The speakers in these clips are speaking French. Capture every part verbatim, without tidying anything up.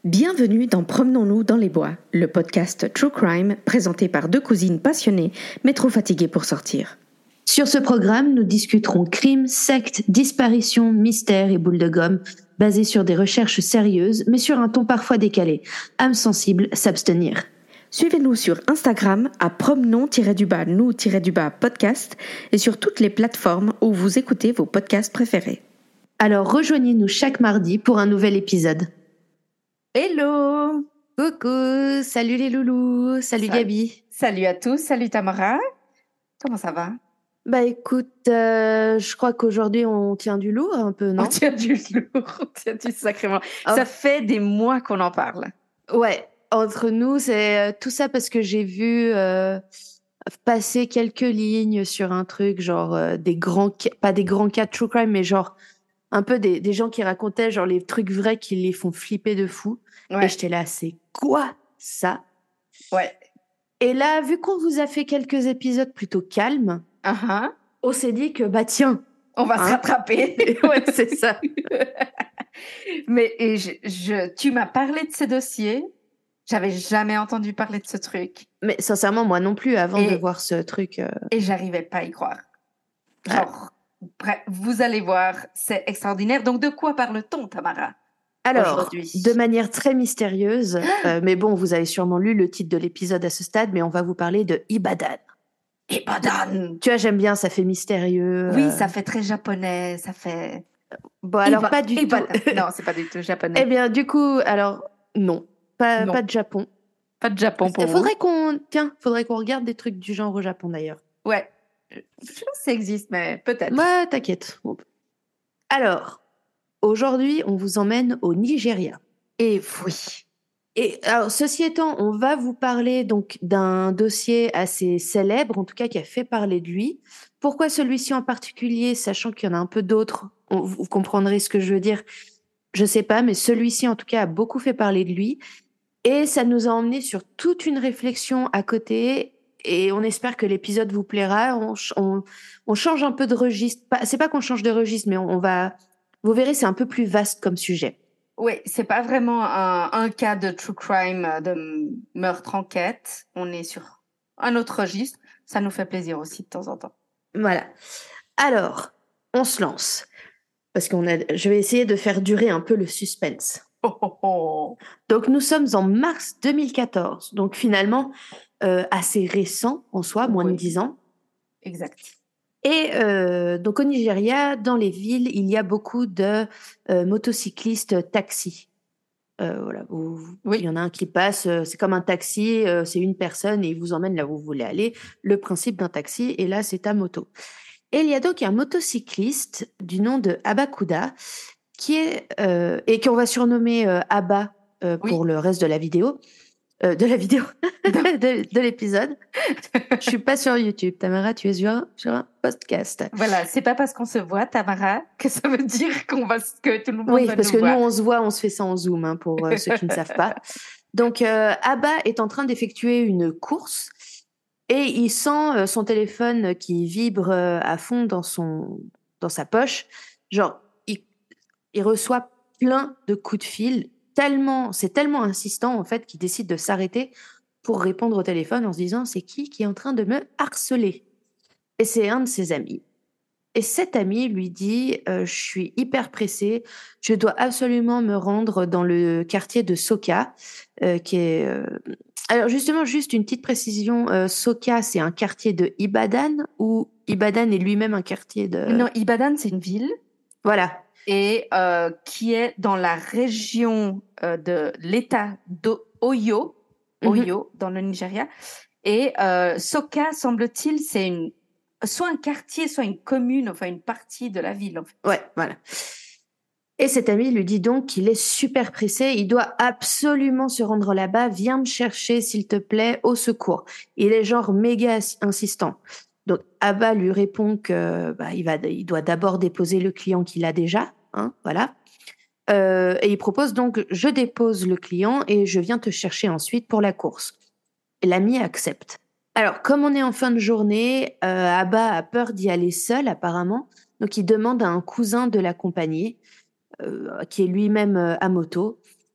Bienvenue dans Promenons-nous dans les bois, le podcast True Crime présenté par deux cousines passionnées mais trop fatiguées pour sortir. Sur ce programme, nous discuterons crimes, sectes, disparitions, mystères et boules de gomme, basés sur des recherches sérieuses mais sur un ton parfois décalé. Âme sensible, s'abstenir. Suivez-nous sur Instagram à promenons-nous-du-bas podcast et sur toutes les plateformes où vous écoutez vos podcasts préférés. Alors rejoignez-nous chaque mardi pour un nouvel épisode. Hello! Coucou! Salut les loulous! Salut, Salut. Gabi! Salut à tous, salut Tamara! Comment ça va? Bah écoute, euh, je crois qu'aujourd'hui on tient du lourd un peu, non? On tient du lourd, on tient du sacrément. Oh. Ça fait des mois qu'on en parle. Ouais, entre nous, c'est euh, tout ça parce que j'ai vu euh, passer quelques lignes sur un truc, genre euh, des grands, ca- pas des grands cas de true crime, mais genre un peu des, des gens qui racontaient genre les trucs vrais qui les font flipper de fou. Ouais. Et j'étais là, c'est quoi ça? Ouais. Et là, vu qu'on vous a fait quelques épisodes plutôt calmes, Uh-huh. on s'est dit que bah tiens, On va Hein? se rattraper. ouais, c'est ça. Mais et je, je, tu m'as parlé de ces dossiers. J'avais jamais entendu parler de ce truc. Mais sincèrement, moi non plus, avant Et- de voir ce truc. euh, Et j'arrivais pas à y croire. Genre, bref, vous allez voir, c'est extraordinaire. Donc, de quoi parle-t-on, Tamara? Alors, Aujourd'hui. de manière très mystérieuse, euh, mais bon, vous avez sûrement lu le titre de l'épisode à ce stade, mais on va vous parler de Ibadan. Ibadan! Tu vois, j'aime bien, ça fait mystérieux. Oui, euh. ça fait très japonais, ça fait... Bon, alors Iba- pas du Ibadan. tout. Non, c'est pas du tout Eh japonais. bien, du coup, alors non, pas, Non. pas de Japon. Pas de Japon pour Il vous. faudrait qu'on, tiens, faudrait qu'on regarde des trucs du genre au Japon d'ailleurs. Ouais. Je je sais pas si ça existe, mais peut-être. Ouais, t'inquiète. Bon. Alors, aujourd'hui, on vous emmène au Nigeria. Et oui. Et alors, ceci étant, on va vous parler donc d'un dossier assez célèbre, en tout cas qui a fait parler de lui. Pourquoi celui-ci en particulier, sachant qu'il y en a un peu d'autres, on- vous comprendrez ce que je veux dire. Je sais pas, mais celui-ci en tout cas a beaucoup fait parler de lui. Et ça nous a emmené sur toute une réflexion à côté. Et on espère que l'épisode vous plaira. On, ch- on, on change un peu de registre. Pas- C'est pas qu'on change de registre, mais on, on va. Vous verrez, c'est un peu plus vaste comme sujet. Oui, c'est pas vraiment un, un cas de true crime, euh, de m- meurtre-enquête. On est sur un autre registre. Ça nous fait plaisir aussi de temps en temps. Voilà. Alors, on se lance. Parce qu'on a, je vais essayer de faire durer un peu le suspense. Oh, oh, oh. Donc, nous sommes en mars deux mille quatorze. Donc, finalement, euh, assez récent en soi, moins de Oui. dix ans. Exact. Et euh, donc, au Nigeria, dans les villes, il y a beaucoup de euh, motocyclistes taxis. Euh, voilà, vous- vous- Oui. il y en a un qui passe, euh, c'est comme un taxi, euh, c'est une personne et il vous emmène là où vous voulez aller. Le principe d'un taxi, et là, c'est ta moto. Et il y a donc un motocycliste du nom de Abakuda, qui est, euh, et qu'on va surnommer euh, Abba euh, Oui. pour le reste de la vidéo. Euh, de la vidéo, de, de l'épisode. Je suis pas sur YouTube, Tamara, tu es sur un, sur un podcast. Voilà, c'est pas parce qu'on se voit, Tamara, que ça veut dire qu'on va, que tout le monde Oui, va parce nous que voir. nous, on se voit, on se fait ça en Zoom, hein, pour euh, ceux qui ne savent pas. Donc, euh, Abba est en train d'effectuer une course et il sent euh, son téléphone qui vibre euh, à fond dans, son, dans sa poche. Genre, il, il reçoit plein de coups de fil. Tellement, c'est tellement insistant, en fait, qu'il décide de s'arrêter pour répondre au téléphone en se disant « C'est qui qui est en train de me harceler ?» Et c'est un de ses amis. Et cet ami lui dit euh, Je suis hyper pressé, je dois absolument me rendre dans le quartier de Soka, euh, qui est. euh, Alors, justement, juste une petite précision euh, Soka, c'est un quartier de Ibadan ou Ibadan est lui-même un quartier de. Non, Ibadan, c'est une ville Voilà. et euh, qui est dans la région euh, de l'État d'Oyo, Mhm. Oyo, dans le Nigeria. Et euh, Soka, semble-t-il, c'est une soit un quartier, soit une commune, enfin une partie de la ville. En fait. Ouais, voilà. Et cet ami lui dit donc qu'il est super pressé, il doit absolument se rendre là-bas, viens me chercher s'il te plaît, au secours. Il est genre méga assi- insistant. Donc Abba lui répond que bah, il va, il doit d'abord déposer le client qu'il a déjà, hein, voilà. Euh, et il propose donc je dépose le client et je viens te chercher ensuite pour la course. Et l'ami accepte. Alors comme on est en fin de journée, euh, Abba a peur d'y aller seul apparemment, donc il demande à un cousin de l'accompagner. Euh, qui est lui-même euh, à moto.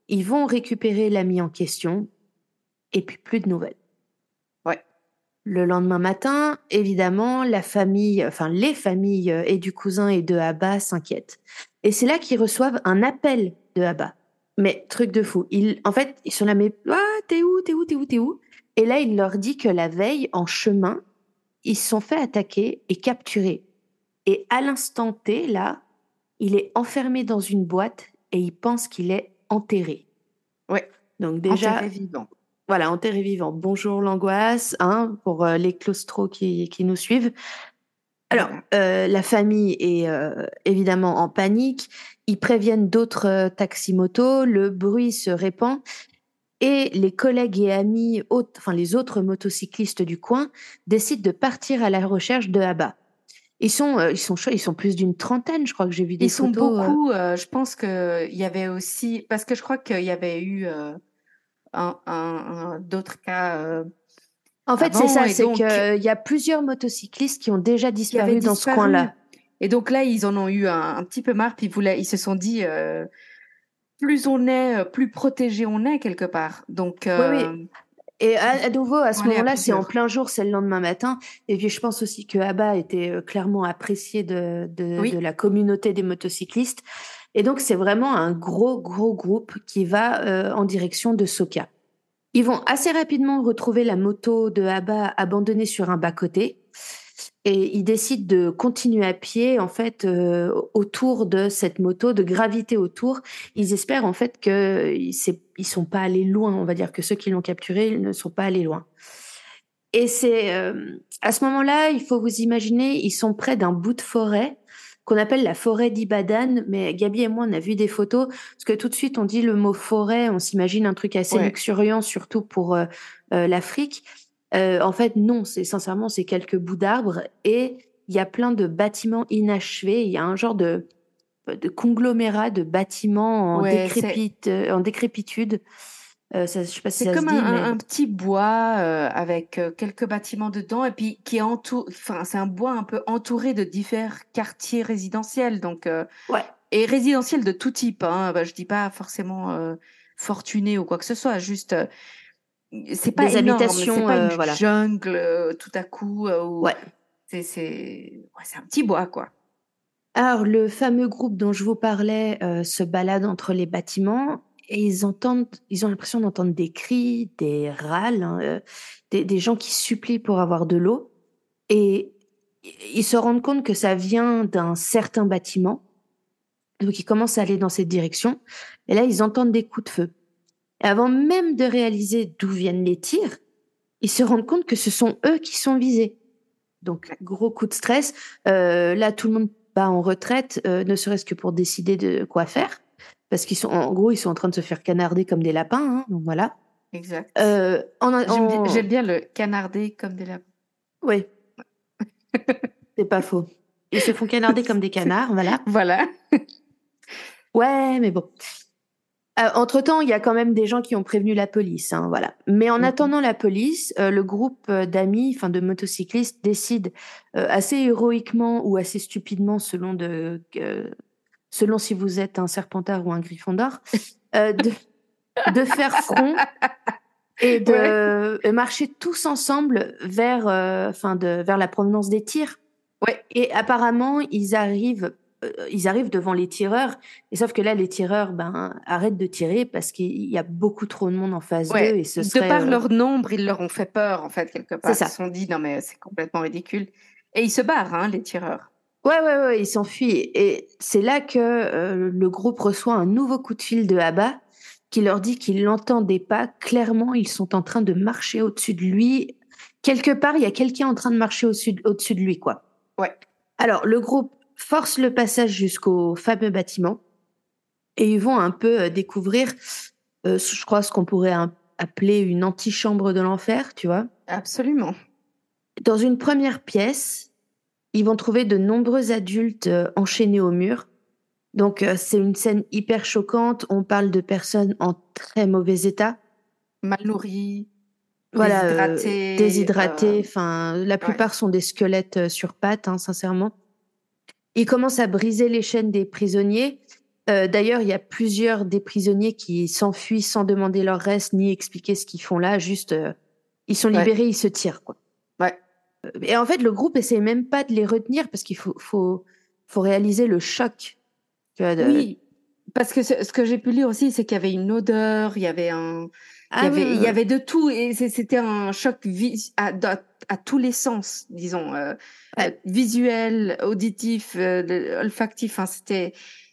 Ils vont récupérer l'ami en question et puis plus de nouvelles. Ouais. Le lendemain matin, évidemment, la famille, enfin les familles euh, et du cousin et de Abba s'inquiètent. Et c'est là qu'ils reçoivent un appel de Abba. Mais truc de fou. Ils, en fait, ils sont là, mais ah, t'es où, t'es où, t'es où, t'es où? Et là, il leur dit que la veille, en chemin, ils se sont fait attaquer et capturer. Et à l'instant T, là, il est enfermé dans une boîte et il pense qu'il est enterré. Ouais. Donc déjà, Enterré vivant. voilà, enterré vivant. Bonjour l'angoisse, hein, pour euh, les claustros qui, qui nous suivent. Alors, Voilà. euh, la famille est euh, évidemment en panique. Ils préviennent d'autres euh, taximotos. Le bruit se répand. Et les collègues et amis, autres, enfin les autres motocyclistes du coin, décident de partir à la recherche de Abba. Ils sont, euh, ils sont chauds, ils sont plus d'une trentaine, je crois que j'ai vu des Ils sont photos. euh. beaucoup. euh, je pense qu'il y avait aussi. Parce que je crois qu'il y avait eu euh, un, un- un- d'autres cas euh, En fait, c'est avant. ça, Et c'est donc, qu'il y a plusieurs motocyclistes qui ont déjà qui avaient disparu dans ce disparu. coin-là. Et donc là, ils en ont eu un, un petit peu marre. Puis ils, voulaient, ils se sont dit euh, plus on est, euh, plus protégé on est quelque part. Donc, Oui, euh, oui. Et à, à nouveau, à faut ce aller à moment-là, c'est en plusieurs. plein jour, c'est le lendemain matin. Et puis, je pense aussi que Abba était euh, clairement apprécié de, de, Oui. de la communauté des motocyclistes. Et donc, c'est vraiment un gros, gros groupe qui va euh, en direction de Soka. Ils vont assez rapidement retrouver la moto de Abba abandonnée sur un bas-côté. Et ils décident de continuer à pied, en fait, euh, autour de cette moto, de graviter autour. Ils espèrent, en fait, qu'ils ne sont pas allés loin. On va dire que ceux qui l'ont capturé ils ne sont pas allés loin. Et c'est euh, à ce moment-là, il faut vous imaginer, ils sont près d'un bout de forêt qu'on appelle la forêt d'Ibadan. Mais Gabi et moi, on a vu des photos, parce que tout de suite, on dit le mot forêt, on s'imagine un truc assez Ouais. luxuriant, surtout pour euh, euh, l'Afrique. Euh, en fait, non, c'est sincèrement, c'est quelques bouts d'arbres et il y a plein de bâtiments inachevés. Il y a un genre de, de conglomérat de bâtiments en, Ouais, c'est décrépite, en décrépitude. Euh, ça, je sais pas si c'est ça se comme un, dit, un- mais un petit bois euh, avec euh, quelques bâtiments dedans et puis qui est entouré. Enfin, c'est un bois un peu entouré de divers quartiers résidentiels. Donc, euh, ouais. et résidentiels de tout type. Hein. Bah, je dis pas forcément euh, fortuné ou quoi que ce soit. Juste, euh, c'est pas Des énorme. C'est habitations, pas une euh, voilà. jungle euh, tout à coup. Euh, où Ouais. c'est c'est ouais, c'est un petit bois quoi. Alors, le fameux groupe dont je vous parlais euh, se balade entre les bâtiments et ils entendent, ils ont l'impression d'entendre des cris, des râles, hein, euh, des, des gens qui supplient pour avoir de l'eau. Et ils se rendent compte que ça vient d'un certain bâtiment. Donc, ils commencent à aller dans cette direction. Et là, ils entendent des coups de feu. Et avant même de réaliser d'où viennent les tirs, ils se rendent compte que ce sont eux qui sont visés. Donc, gros coup de stress. Euh, là, tout le monde bat en retraite, euh, ne serait-ce que pour décider de quoi faire. Parce qu'ils sont, en gros, ils sont en train de se faire canarder comme des lapins. Hein, donc voilà. Exact. Euh, en, J'aime bi- en... j'aime bien le canarder comme des lapins. Oui, c'est pas faux. Ils se font canarder comme des canards, voilà. Voilà. Ouais, mais bon. Euh, entre-temps, il y a quand même des gens qui ont prévenu la police, hein, voilà. Mais en Mhm. attendant la police, euh, le groupe euh, d'amis, enfin de motocyclistes, décide euh, assez héroïquement ou assez stupidement, selon de, euh, selon si vous êtes un Serpentard ou un Gryffondor, euh, de, de faire front et de Ouais. euh, marcher tous ensemble vers, euh, enfin de, vers la provenance des tirs. Ouais. Et apparemment, ils arrivent, euh, ils arrivent devant les tireurs. Et sauf que là, les tireurs, ben, arrêtent de tirer parce qu'il y a beaucoup trop de monde en face d'eux Ouais. et ce De serait, par euh, leur nombre, ils leur ont fait peur, en fait, quelque c'est part. Ils se ça. sont dit, non, mais c'est complètement ridicule. Et ils se barrent, hein, les tireurs. Ouais, ouais, ouais, ils s'enfuient. Et c'est là que euh, le groupe reçoit un nouveau coup de fil de Abba qui leur dit qu'il l'entendait pas. Clairement, ils sont en train de marcher au-dessus de lui. Quelque part, il y a quelqu'un en train de marcher au-dessus au-dessus de lui, quoi. Ouais. Alors, le groupe force le passage jusqu'au fameux bâtiment et ils vont un peu euh, découvrir, euh, je crois, ce qu'on pourrait un- appeler une antichambre de l'enfer, tu vois. Absolument. Dans une première pièce, ils vont trouver de nombreux adultes euh, enchaînés au mur. Donc, euh, c'est une scène hyper choquante. On parle de personnes en très mauvais état. Mal nourris, Voilà, euh, déshydratés. déshydratés. euh, Enfin, la Ouais. plupart sont des squelettes euh, sur pattes, hein, sincèrement. Ils commencent à briser les chaînes des prisonniers Euh, d'ailleurs, il y a plusieurs des prisonniers qui s'enfuient sans demander leur reste ni expliquer ce qu'ils font là. Juste, euh, ils sont libérés, ouais. Ils se tirent, quoi. Ouais. Et en fait, le groupe essaie même pas de les retenir parce qu'il faut, faut, faut réaliser le choc. Tu vois, de... Oui, parce que ce, ce que j'ai pu lire aussi, c'est qu'il y avait une odeur, il y avait un, Ah il y avait, oui, il y oui. avait de tout et c'était un choc vis- à, à, à tous les sens, disons, euh, ouais. euh, visuel, auditif, euh, olfactif. Hein, c'était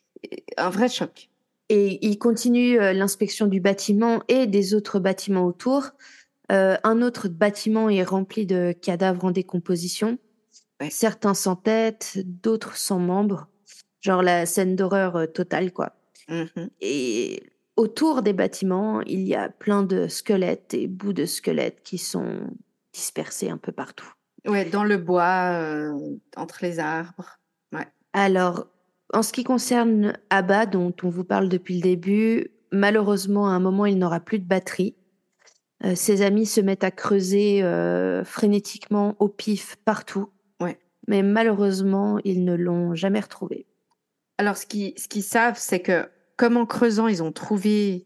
un vrai choc. Et il continue euh, l'inspection du bâtiment et des autres bâtiments autour. Euh, un autre bâtiment est rempli de cadavres en décomposition. Ouais. Certains sans tête, d'autres sans membres. Genre la scène d'horreur euh, totale, quoi. Mm-hmm. Et autour des bâtiments, il y a plein de squelettes et bouts de squelettes qui sont dispersés un peu partout. Ouais, dans le bois, euh, entre les arbres. Ouais. Alors, en ce qui concerne Abba, dont on vous parle depuis le début, malheureusement, à un moment, il n'aura plus de batterie. Euh, ses amis se mettent à creuser euh, frénétiquement au pif partout. Ouais. Mais malheureusement, ils ne l'ont jamais retrouvé. Alors, ce qu'ils, ce qu'ils savent, c'est que comme en creusant, ils ont trouvé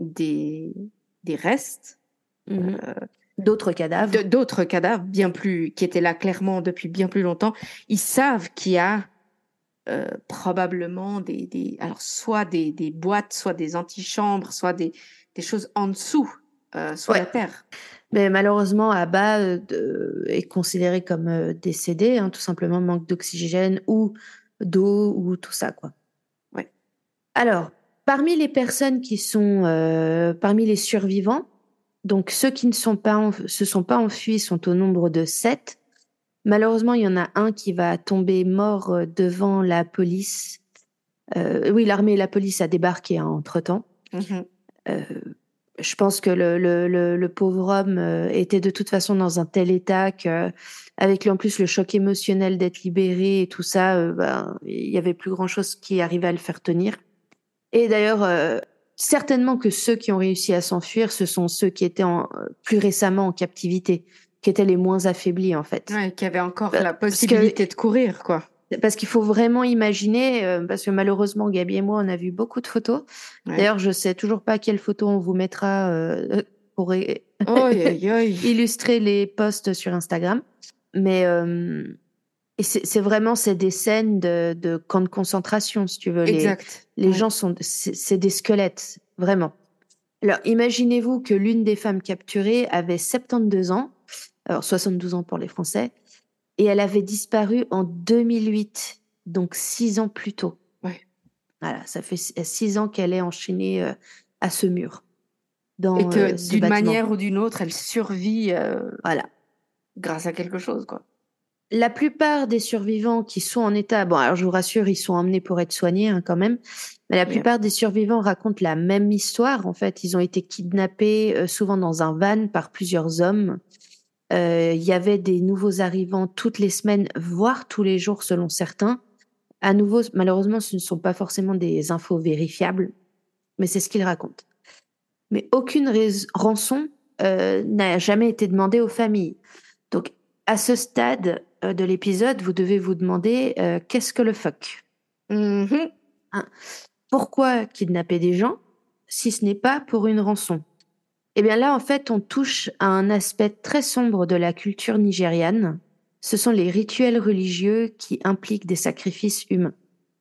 des, des restes. Mmh. Euh, d'autres cadavres. De, d'autres cadavres, bien plus, qui étaient là clairement depuis bien plus longtemps. Ils savent qu'il y a euh, probablement des, des, alors soit des, des boîtes, soit des antichambres, soit des, des choses en dessous, euh, sous ouais. la terre. Mais malheureusement, Abba euh, est considéré comme euh, décédé, hein, tout simplement manque d'oxygène ou d'eau ou tout ça, quoi. Ouais. Alors, parmi les personnes qui sont, euh, parmi les survivants, donc ceux qui ne sont pas en, se sont pas enfuis sont au nombre de sept. Malheureusement, il y en a un qui va tomber mort devant la police. Euh, oui, l'armée et la police a débarqué hein, entre-temps. Mm-hmm. Euh, je pense que le, le, le, le pauvre homme euh, était de toute façon dans un tel état que, avec en plus le choc émotionnel d'être libéré et tout ça, euh, ben, il y avait plus grand-chose qui arrivait à le faire tenir. Et d'ailleurs, euh, certainement que ceux qui ont réussi à s'enfuir, ce sont ceux qui étaient en, plus récemment en captivité, qui étaient les moins affaiblis en fait. Ouais, qui avaient encore bah, la possibilité que, de courir, quoi. Parce qu'il faut vraiment imaginer, euh, parce que malheureusement, Gabi et moi, on a vu beaucoup de photos. Ouais. D'ailleurs, je sais toujours pas quelle photo on vous mettra euh, pour é- oh, y, y, y. illustrer les posts sur Instagram. Mais euh, et c'est, c'est vraiment c'est des scènes de, de camps de concentration, si tu veux. Exact. Les, les ouais. gens sont, c'est, c'est des squelettes, vraiment. Alors, imaginez-vous que l'une des femmes capturées avait soixante-douze ans, alors soixante-douze ans pour les Français. Et elle avait disparu en deux mille huit, donc six ans plus tôt. Ouais. Voilà, ça fait six ans qu'elle est enchaînée euh, à ce mur. Dans, Et que euh, ce d'une bâtiment. manière ou d'une autre, elle survit euh, voilà. grâce à quelque chose, quoi. La plupart des survivants qui sont en état, bon alors je vous rassure, ils sont emmenés pour être soignés hein, quand même, mais la plupart yeah. des survivants racontent la même histoire. En fait, ils ont été kidnappés euh, souvent dans un van par plusieurs hommes. Il euh, y avait des nouveaux arrivants toutes les semaines, voire tous les jours selon certains. À nouveau, malheureusement, ce ne sont pas forcément des infos vérifiables, mais c'est ce qu'ils racontent. Mais aucune rais- rançon euh, n'a jamais été demandée aux familles. Donc, à ce stade euh, de l'épisode, vous devez vous demander euh, qu'est-ce que le fuck mm-hmm. hein, pourquoi kidnapper des gens si ce n'est pas pour une rançon? Eh bien là, en fait, on touche à un aspect très sombre de la culture nigériane. Ce sont les rituels religieux qui impliquent des sacrifices humains.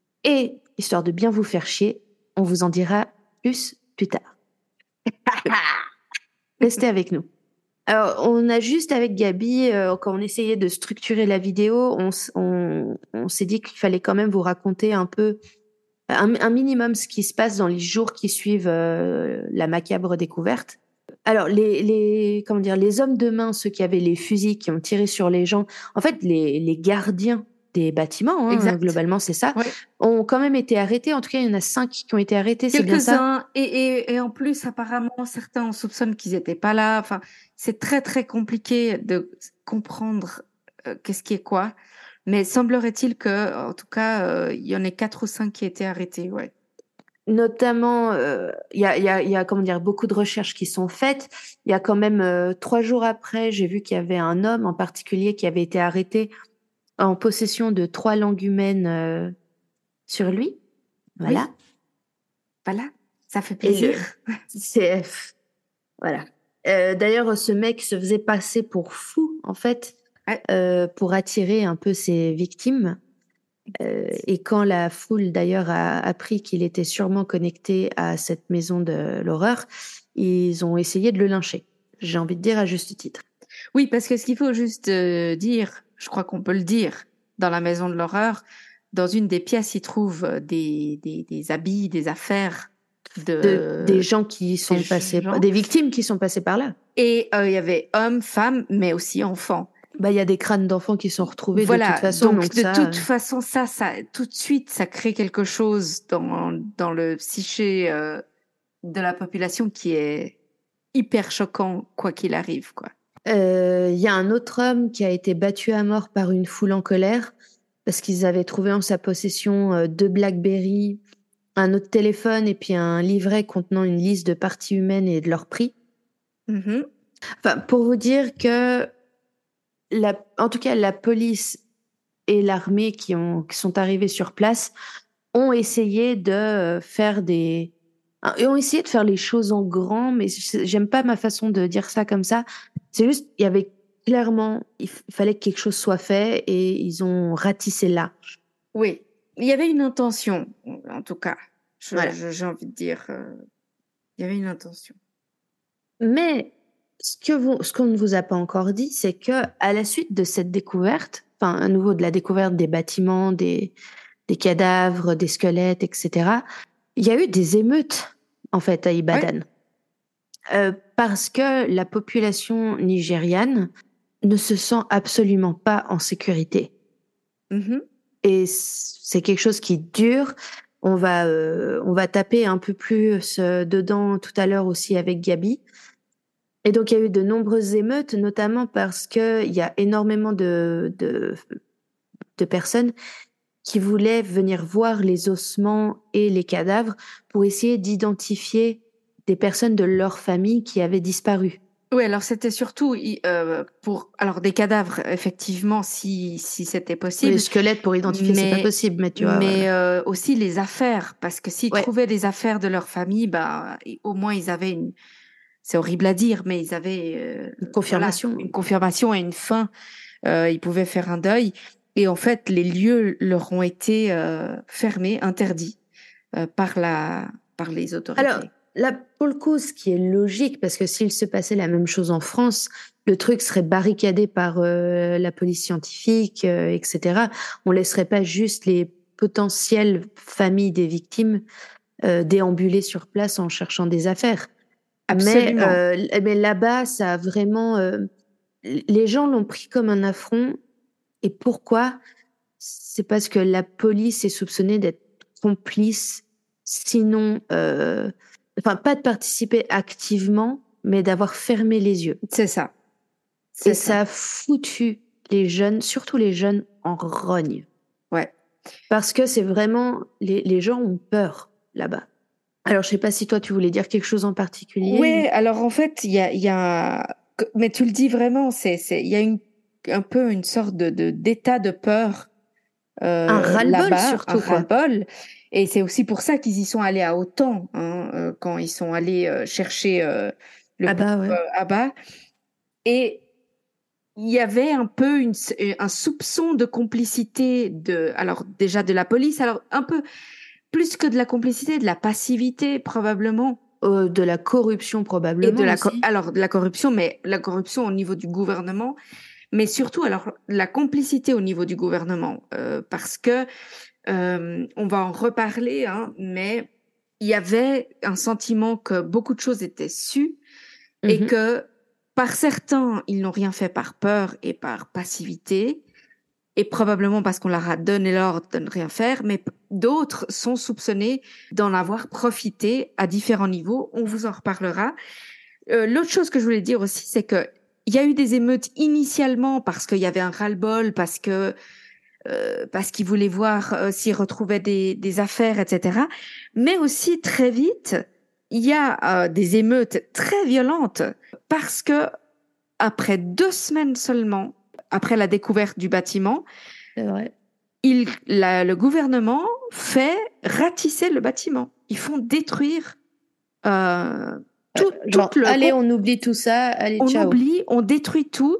Et, histoire de bien vous faire chier, on vous en dira plus plus tard. Restez avec nous. Alors, on a juste avec Gabi, euh, quand on essayait de structurer la vidéo, on, on, on s'est dit qu'il fallait quand même vous raconter un peu, un, un minimum ce qui se passe dans les jours qui suivent euh, la macabre découverte. Alors, les, les, comment dire, les hommes de main, ceux qui avaient les fusils, qui ont tiré sur les gens, en fait, les, les gardiens des bâtiments, hein, globalement, c'est ça, ouais. ont quand même été arrêtés. En tout cas, il y en a cinq qui ont été arrêtés, c'est bien ça. Quelques-uns, et, et, et en plus, apparemment, certains, on soupçonne qu'ils n'étaient pas là. Enfin, c'est très, très compliqué de comprendre euh, qu'est-ce qui est quoi. Mais semblerait-il que, en tout cas, euh, il y en ait quatre ou cinq qui étaient arrêtés, ouais. Notamment, il euh, y, a, y, a, y a comment dire beaucoup de recherches qui sont faites. Il y a quand même euh, trois jours après, j'ai vu qu'il y avait un homme en particulier qui avait été arrêté en possession de trois langues humaines euh, sur lui. Voilà. Voilà, ça fait plaisir. Et c'est voilà. Euh, d'ailleurs, ce mec se faisait passer pour fou, en fait, ouais. euh, pour attirer un peu ses victimes. Euh, et quand la foule, d'ailleurs, a appris qu'il était sûrement connecté à cette maison de l'horreur, ils ont essayé de le lyncher. J'ai envie de dire à juste titre. Oui, parce que ce qu'il faut juste euh, dire, je crois qu'on peut le dire, dans la maison de l'horreur, dans une des pièces, ils trouvent des, des, des habits, des affaires de, de des gens qui sont des passés, gens. des victimes qui sont passées par là. Et euh, il y avait hommes, femmes, mais aussi enfants. Bah, il y a des crânes d'enfants qui sont retrouvés voilà, de toute façon. Donc, donc de ça... toute façon, ça, ça, tout de suite, ça crée quelque chose dans, dans le psyché euh, de la population qui est hyper choquant, quoi qu'il arrive, quoi. Il euh, y a un autre homme qui a été battu à mort par une foule en colère parce qu'ils avaient trouvé en sa possession euh, deux Blackberry, un autre téléphone et puis un livret contenant une liste de parties humaines et de leur prix. Mm-hmm. Enfin, pour vous dire que, la, en tout cas, la police et l'armée qui, ont, qui sont arrivés sur place ont essayé de faire des... Ils ont essayé de faire les choses en grand, mais j'aime pas ma façon de dire ça comme ça. C'est juste, il y avait clairement, il fallait que quelque chose soit fait et ils ont ratissé large. Oui, il y avait une intention, en tout cas. Je, voilà. je, j'ai envie de dire, euh, il y avait une intention. Mais ce que vous, ce qu'on ne vous a pas encore dit, c'est que à la suite de cette découverte, enfin à nouveau de la découverte des bâtiments, des, des cadavres, des squelettes, et cetera, il y a eu des émeutes en fait à Ibadan. Ouais. Euh, parce que la population nigériane ne se sent absolument pas en sécurité. Mm-hmm. Et c'est quelque chose qui dure. On va, euh, on va taper un peu plus euh, dedans tout à l'heure aussi avec Gabi. Et donc, il y a eu de nombreuses émeutes, notamment parce qu'il y a énormément de, de, de personnes qui voulaient venir voir les ossements et les cadavres pour essayer d'identifier des personnes de leur famille qui avaient disparu. Oui, alors c'était surtout euh, pour alors des cadavres, effectivement, si si c'était possible. Les squelettes pour identifier, mais, c'est pas possible, mais tu vois. Mais voilà. euh, aussi les affaires, parce que s'ils ouais. trouvaient des affaires de leur famille, bah au moins ils avaient une. C'est horrible à dire, mais ils avaient euh, une confirmation, voilà, une confirmation et une fin. Euh, ils pouvaient faire un deuil. Et en fait, les lieux leur ont été euh, fermés, interdits euh, par la par les autorités. Alors, là, pour le coup, ce qui est logique, parce que s'il se passait la même chose en France, le truc serait barricadé par euh, la police scientifique, euh, et cetera. On laisserait pas juste les potentielles familles des victimes euh, déambuler sur place en cherchant des affaires. Absolument. Mais, euh, mais là-bas, ça a vraiment... Euh, les gens l'ont pris comme un affront. Et pourquoi ? C'est parce que la police est soupçonnée d'être complice, sinon... Euh, enfin, pas de participer activement, mais d'avoir fermé les yeux. C'est ça. C'est Et ça. ça a foutu les jeunes, surtout les jeunes, en rogne. Ouais. Parce que c'est vraiment... Les, les gens ont peur là-bas. Alors, je sais pas si toi, tu voulais dire quelque chose en particulier. Oui, alors en fait, il y a, y a... Mais tu le dis vraiment, c'est, c'est... il y a une, un peu une sorte de, de, d'état de peur euh, un ras-le-bol, là-bas, surtout. Un ras-le-bol. Et c'est aussi pour ça qu'ils y sont allés à autant, hein, euh, quand ils sont allés euh, chercher euh, le Abba, pauvre, ouais. euh, Abba. Et il y avait un peu une, un soupçon de complicité, de, alors déjà de la police, alors un peu... Plus que de la complicité, de la passivité probablement. Euh, de la corruption probablement. Et de la aussi. Alors de la corruption, mais la corruption au niveau du gouvernement, mais surtout alors la complicité au niveau du gouvernement, euh, parce que euh, on va en reparler, hein, mais il y avait un sentiment que beaucoup de choses étaient sues mm-hmm. et que par certains ils n'ont rien fait par peur et par passivité. Et probablement parce qu'on leur a donné l'ordre de ne rien faire, mais d'autres sont soupçonnés d'en avoir profité à différents niveaux. On vous en reparlera. Euh, l'autre chose que je voulais dire aussi, c'est que il y a eu des émeutes initialement parce qu'il y avait un ras-le-bol, parce que euh, parce qu'ils voulaient voir euh, s'ils retrouvaient des, des affaires, et cetera. Mais aussi très vite, il y a euh, des émeutes très violentes parce que après deux semaines seulement. Après la découverte du bâtiment, c'est vrai. Il, la, le gouvernement fait ratisser le bâtiment. ils font détruire euh, tout, Genre, tout le... allez, on oublie tout ça, allez, on ciao. oublie, on détruit tout.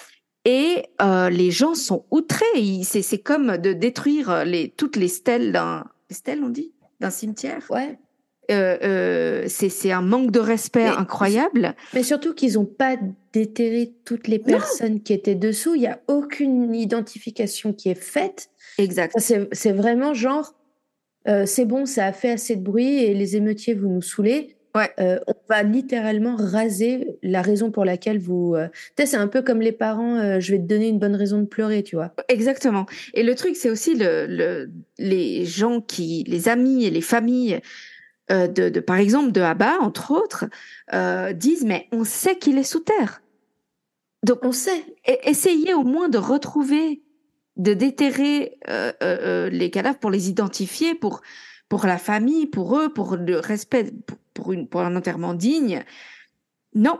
Et euh, les gens sont outrés. Ils, c'est, c'est comme de détruire les, toutes les stèles d'un... Les stèles, on dit d'un cimetière. Ouais. Euh, euh, c'est, c'est un manque de respect Mais, incroyable. Mais surtout qu'ils n'ont pas déterré toutes les personnes non. qui étaient dessous. Il n'y a aucune identification qui est faite. Exact. C'est, c'est vraiment genre, euh, c'est bon, ça a fait assez de bruit et les émeutiers, vous nous saoulez. Ouais. Euh, on va littéralement raser la raison pour laquelle vous... Euh... Tu sais, c'est un peu comme les parents, euh, je vais te donner une bonne raison de pleurer, tu vois. Exactement. Et le truc, c'est aussi le, le, les gens qui... Les amis et les familles, euh, de, de, par exemple, de Abba, entre autres, euh, disent, mais on sait qu'il est sous terre. Donc, on sait. Et, essayez au moins de retrouver, de déterrer euh, euh, les cadavres pour les identifier, pour... pour la famille, pour eux, pour le respect, pour, une, pour un enterrement digne. Non,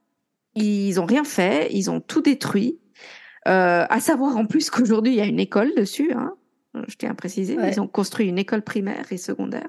ils ont rien fait, ils ont tout détruit. Euh, à savoir en plus qu'aujourd'hui, il y a une école dessus, hein, je tiens à préciser. Ouais. Ils ont construit une école primaire et secondaire.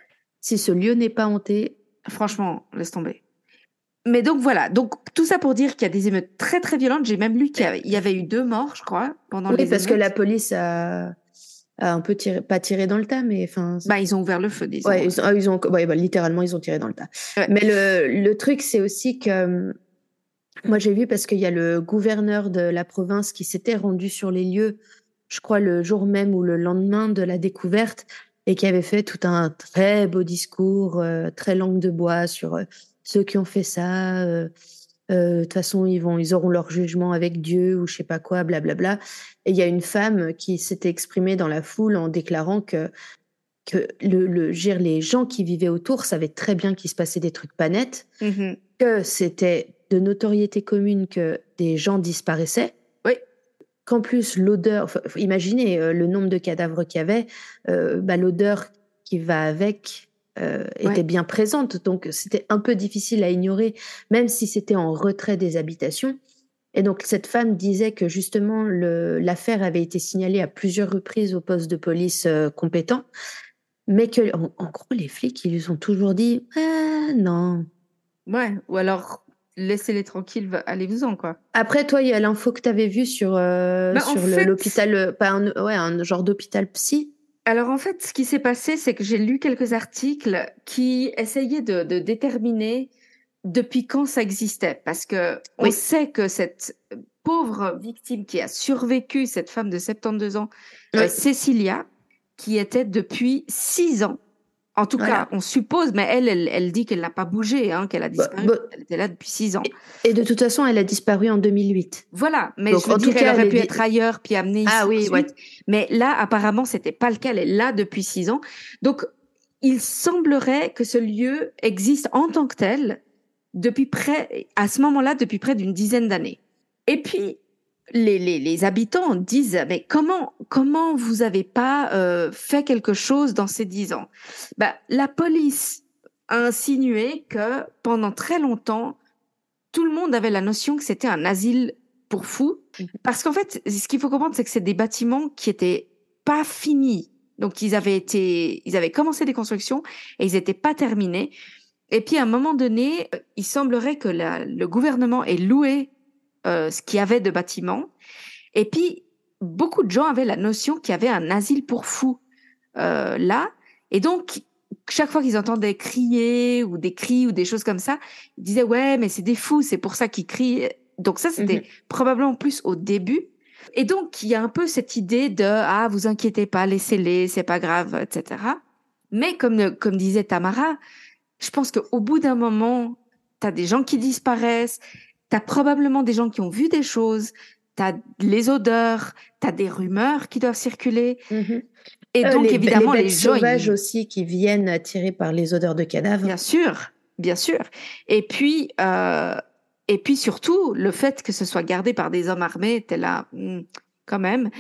Si ce lieu n'est pas hanté... Franchement, laisse tomber. Mais donc voilà, donc tout ça pour dire qu'il y a des émeutes très très violentes. J'ai même lu qu'il y avait, il y avait eu deux morts, je crois, pendant oui, les émeutes. Oui, parce que la police a... a un peu tiré, pas tiré dans le tas, mais enfin. Bah, ils ont ouvert le feu, disons. Ouais, ils ont, ils ont ouais, bah, littéralement, ils ont tiré dans le tas. Ouais. Mais le, le truc, c'est aussi que, moi, j'ai vu parce qu'il y a le gouverneur de la province qui s'était rendu sur les lieux, je crois, le jour même ou le lendemain de la découverte, et qui avait fait tout un très beau discours, euh, très langue de bois sur euh, ceux qui ont fait ça. Euh, de euh, toute façon, ils vont, ils auront leur jugement avec Dieu ou je sais pas quoi, blablabla. Et il y a une femme qui s'était exprimée dans la foule en déclarant que que le, le, dire, les gens qui vivaient autour savaient très bien qu'il se passait des trucs pas nets, mm-hmm. que c'était de notoriété commune que des gens disparaissaient. Oui. Qu'en plus l'odeur, enfin, imaginez euh, le nombre de cadavres qu'il y avait, euh, bah, l'odeur qui va avec. Euh, était ouais. bien présente, donc c'était un peu difficile à ignorer, même si c'était en retrait des habitations. Et donc cette femme disait que justement le, l'affaire avait été signalée à plusieurs reprises au poste de police euh, compétent, mais que en, en gros les flics ils lui ont toujours dit ah non. Ouais, ou alors laissez-les tranquilles, allez-vous-en quoi. Après toi il y a l'info que tu avais vue sur euh, bah, sur le, fait... l'hôpital, pas un, ouais un genre d'hôpital psy. Alors en fait, ce qui s'est passé, c'est que j'ai lu quelques articles qui essayaient de, de déterminer depuis quand ça existait, parce que on oui. sait que cette pauvre victime qui a survécu, cette femme de soixante-douze ans, oui. euh, Cécilia, qui était depuis six ans. En tout voilà. cas, on suppose, mais elle, elle, elle dit qu'elle n'a pas bougé, hein, qu'elle a disparu. Bah, bah, elle était là depuis six ans. Et de toute façon, elle a disparu en deux mille huit. Voilà, mais donc, je veux dire, elle aurait pu dit... être ailleurs, puis amenée ici. Ah oui, ouais. Mais là, apparemment, c'était pas le cas. Elle est là depuis six ans. Donc, il semblerait que ce lieu existe en tant que tel depuis près, à ce moment-là, depuis près d'une dizaine d'années. Et puis, les, les, les habitants disent, mais comment, comment vous avez pas euh, fait quelque chose dans ces dix ans? Bah, la police a insinué que pendant très longtemps, tout le monde avait la notion que c'était un asile pour fous. Parce qu'en fait, ce qu'il faut comprendre, c'est que c'est des bâtiments qui étaient pas finis. Donc, ils avaient été, ils avaient commencé des constructions et ils étaient pas terminés. Et puis, à un moment donné, il semblerait que la, le gouvernement ait loué euh, ce qu'il y avait de bâtiments. Et puis, beaucoup de gens avaient la notion qu'il y avait un asile pour fous euh, là. Et donc, chaque fois qu'ils entendaient crier ou des cris ou des choses comme ça, ils disaient « Ouais, mais c'est des fous, c'est pour ça qu'ils crient. » Donc ça, c'était mm-hmm. probablement plus au début. Et donc, il y a un peu cette idée de « Ah, vous inquiétez pas, laissez-les, c'est pas grave, et cetera » Mais comme, comme disait Tamara, je pense qu'au bout d'un moment, t'as des gens qui disparaissent, t'as probablement des gens qui ont vu des choses, t'as les odeurs, t'as des rumeurs qui doivent circuler. Mm-hmm. Et donc, euh, les, évidemment, les, les gens... Les sauvages ils... aussi qui viennent attirés par les odeurs de cadavres. Bien sûr, bien sûr. Et puis, euh, et puis surtout, le fait que ce soit gardé par des hommes armés, t'es là, hmm, quand même.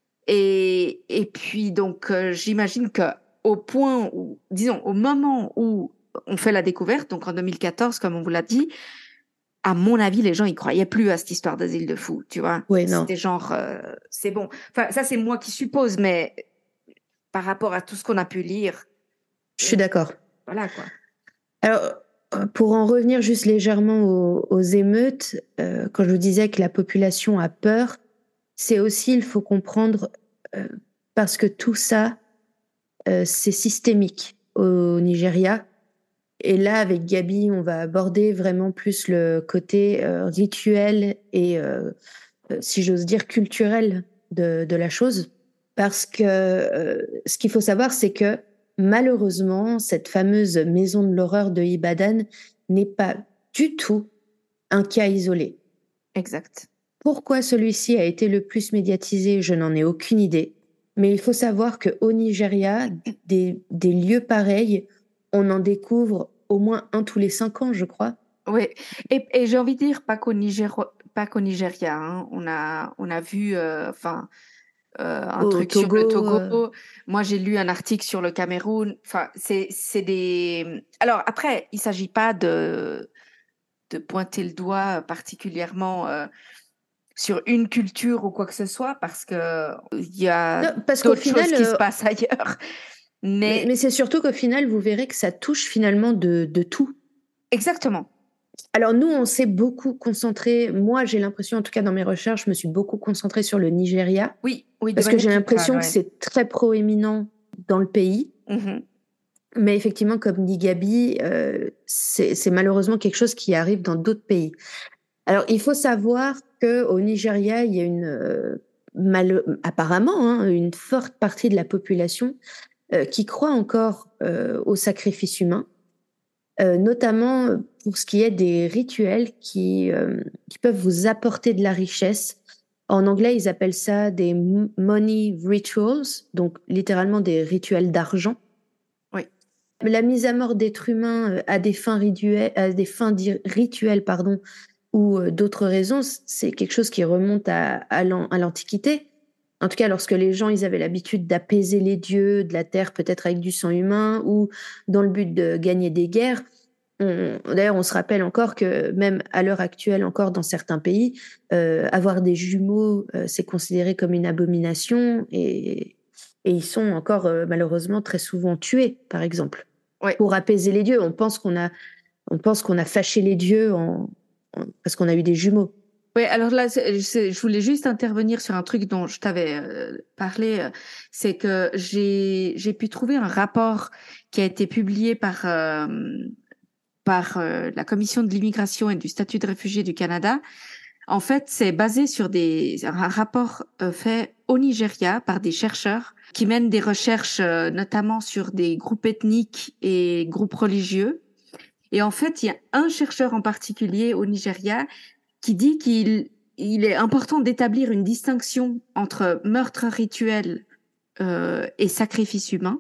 Et, et puis, donc, euh, j'imagine qu'au point où, disons, au moment où on fait la découverte, donc en deux mille quatorze, comme on vous l'a dit, à mon avis, les gens, ils croyaient plus à cette histoire d'asile de fous, tu vois. Oui, non. C'était genre, euh, c'est bon. Enfin, ça, c'est moi qui suppose, mais par rapport à tout ce qu'on a pu lire. Je suis d'accord. voilà quoi. Alors, pour en revenir juste légèrement aux, aux émeutes, euh, quand je vous disais que la population a peur, c'est aussi, il faut comprendre, euh, parce que tout ça, euh, c'est systémique au Nigeria. Et là, avec Gabi, on va aborder vraiment plus le côté euh, rituel et, euh, si j'ose dire, culturel de, de la chose. Parce que euh, ce qu'il faut savoir, c'est que malheureusement, cette fameuse maison de l'horreur de Ibadan n'est pas du tout un cas isolé. Exact. Pourquoi celui-ci a été le plus médiatisé, je n'en ai aucune idée. Mais il faut savoir qu'au Nigeria, des, des lieux pareils, on en découvre au moins un tous les cinq ans, je crois. Oui, et, et j'ai envie de dire, pas qu'au Niger, pas qu'au Nigeria, hein. On a, on a vu, enfin, euh, euh, un Au truc Togo, sur le Togo. euh... Moi, j'ai lu un article sur le Cameroun. Enfin, c'est, c'est des. Alors après, il s'agit pas de, de pointer le doigt particulièrement euh, sur une culture ou quoi que ce soit, parce que il y a non, parce d'autres qu'au final, choses qui euh... se passent ailleurs. Mais... mais, mais c'est surtout qu'au final, vous verrez que ça touche finalement de, de tout. Exactement. Alors nous, on s'est beaucoup concentré, moi j'ai l'impression, en tout cas dans mes recherches, je me suis beaucoup concentrée sur le Nigeria. Oui, oui, parce que j'ai l'impression ouais. que c'est très proéminent dans le pays. Mm-hmm. Mais effectivement, comme dit Gabi, euh, c'est, c'est malheureusement quelque chose qui arrive dans d'autres pays. Alors, il faut savoir qu'au Nigeria, il y a une, euh, mal, apparemment, hein, une forte partie de la population euh, qui croit encore euh, au sacrifice humain, euh, notamment pour ce qui est des rituels qui, euh, qui peuvent vous apporter de la richesse. En anglais, ils appellent ça des money rituals, donc littéralement des rituels d'argent. Oui. La mise à mort d'êtres humains à des fins rituelles, à des fins rituelles, pardon, ou d'autres raisons, c'est quelque chose qui remonte à, à l'Antiquité. En tout cas, lorsque les gens ils avaient l'habitude d'apaiser les dieux de la terre, peut-être avec du sang humain, ou dans le but de gagner des guerres. On, d'ailleurs, on se rappelle encore que même à l'heure actuelle, encore dans certains pays, euh, avoir des jumeaux, euh, c'est considéré comme une abomination, et, et ils sont encore euh, malheureusement très souvent tués, par exemple, ouais. pour apaiser les dieux. On pense qu'on a, on pense qu'on a fâché les dieux en, en, parce qu'on a eu des jumeaux. Oui, alors là, c'est, c'est, je voulais juste intervenir sur un truc dont je t'avais euh, parlé, euh, c'est que j'ai, j'ai pu trouver un rapport qui a été publié par, euh, par euh, la Commission de l'immigration et du statut de réfugié du Canada. En fait, c'est basé sur des, un rapport euh, fait au Nigeria par des chercheurs qui mènent des recherches euh, notamment sur des groupes ethniques et groupes religieux. Et en fait, il y a un chercheur en particulier au Nigeria qui dit qu'il il est important d'établir une distinction entre meurtre rituel euh, et sacrifice humain.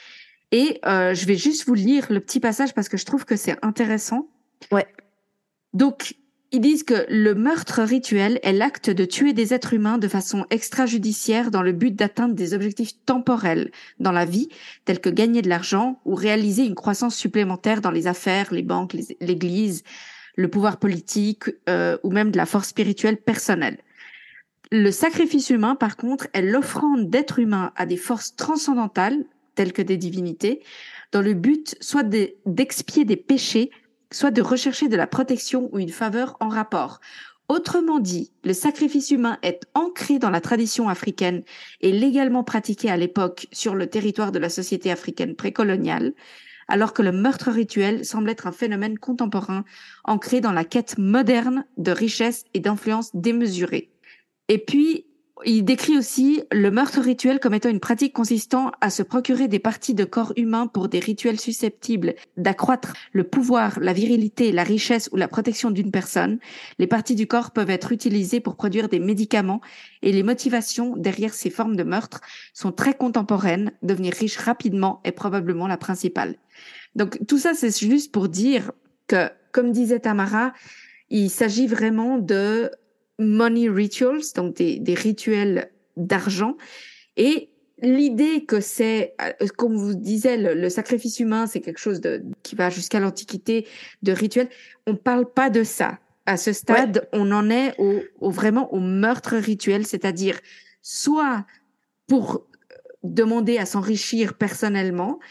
Et euh, je vais juste vous lire le petit passage parce que je trouve que c'est intéressant. Ouais. Donc, ils disent que le meurtre rituel est l'acte de tuer des êtres humains de façon extrajudiciaire dans le but d'atteindre des objectifs temporels dans la vie, tels que gagner de l'argent ou réaliser une croissance supplémentaire dans les affaires, les banques, les, l'église, le pouvoir politique euh, ou même de la force spirituelle personnelle. Le sacrifice humain, par contre, est l'offrande d'êtres humains à des forces transcendantales, telles que des divinités, dans le but soit de, d'expier des péchés, soit de rechercher de la protection ou une faveur en rapport. Autrement dit, le sacrifice humain est ancré dans la tradition africaine et légalement pratiqué à l'époque sur le territoire de la société africaine précoloniale, alors que le meurtre rituel semble être un phénomène contemporain ancré dans la quête moderne de richesse et d'influence démesurée. Et puis, il décrit aussi le meurtre rituel comme étant une pratique consistant à se procurer des parties de corps humains pour des rituels susceptibles d'accroître le pouvoir, la virilité, la richesse ou la protection d'une personne. Les parties du corps peuvent être utilisées pour produire des médicaments et les motivations derrière ces formes de meurtre sont très contemporaines. Devenir riche rapidement est probablement la principale. Donc tout ça, c'est juste pour dire que, comme disait Tamara, il s'agit vraiment de money rituals, donc des, des rituels d'argent. Et l'idée que c'est, comme vous disiez, le, le sacrifice humain, c'est quelque chose de, qui va jusqu'à l'Antiquité, de rituel. On parle pas de ça. À ce stade, ouais. on en est au, au vraiment au meurtre rituel, c'est-à-dire soit pour demander à s'enrichir personnellement,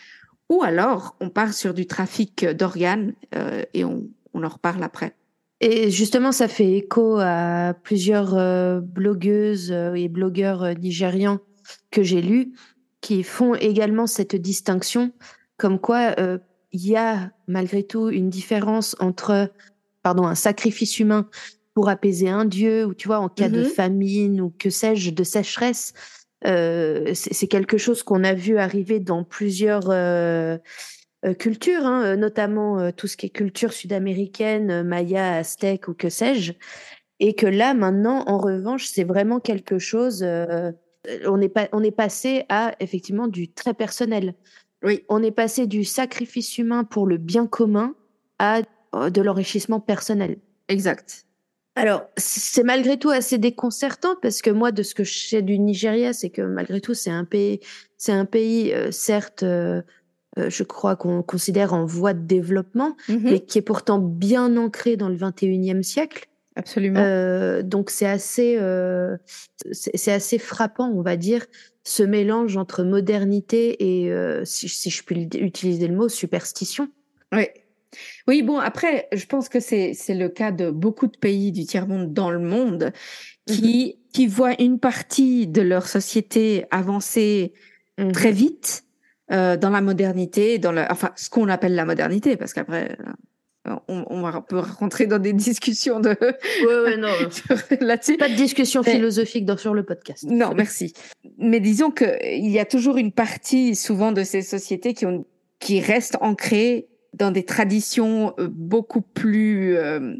ou alors on part sur du trafic d'organes euh, et on, on en reparle après. Et justement, ça fait écho à plusieurs euh, blogueuses euh, et blogueurs euh, nigérians que j'ai lus qui font également cette distinction, comme quoi il euh, y a malgré tout une différence entre pardon, un sacrifice humain pour apaiser un dieu, ou tu vois, en cas mm-hmm. de famine ou que sais-je, de sécheresse. Euh, c'est, c'est quelque chose qu'on a vu arriver dans plusieurs euh, euh, cultures, hein, notamment euh, tout ce qui est culture sud-américaine, euh, maya, aztèque ou que sais-je. Et que là, maintenant, en revanche, c'est vraiment quelque chose... Euh, on, est pas, on est passé à, effectivement, du très personnel. Oui. On est passé du sacrifice humain pour le bien commun à de l'enrichissement personnel. Exact. Alors, c'est malgré tout assez déconcertant parce que moi, de ce que je sais du Nigeria, c'est que malgré tout, c'est un pays, c'est un pays, euh, certes, euh, euh, je crois qu'on considère en voie de développement, mm-hmm. mais qui est pourtant bien ancré dans le vingt et unième siècle. Absolument. Euh, donc, c'est assez, euh, c'est, c'est assez frappant, on va dire, ce mélange entre modernité et, euh, si, si je puis utiliser le mot, superstition. Oui. Oui, bon, après, je pense que c'est, c'est le cas de beaucoup de pays du tiers-monde dans le monde qui, mmh. qui voient une partie de leur société avancer mmh. très vite euh, dans la modernité, dans le, enfin, ce qu'on appelle la modernité, parce qu'après, on, on va peut rentrer dans des discussions de... Ouais, ouais, non. là-dessus. Pas de discussion Mais... philosophique dans, sur le podcast. Non, merci. Mais disons qu'il y a toujours une partie, souvent, de ces sociétés qui, ont, qui restent ancrées dans des traditions beaucoup plus euh,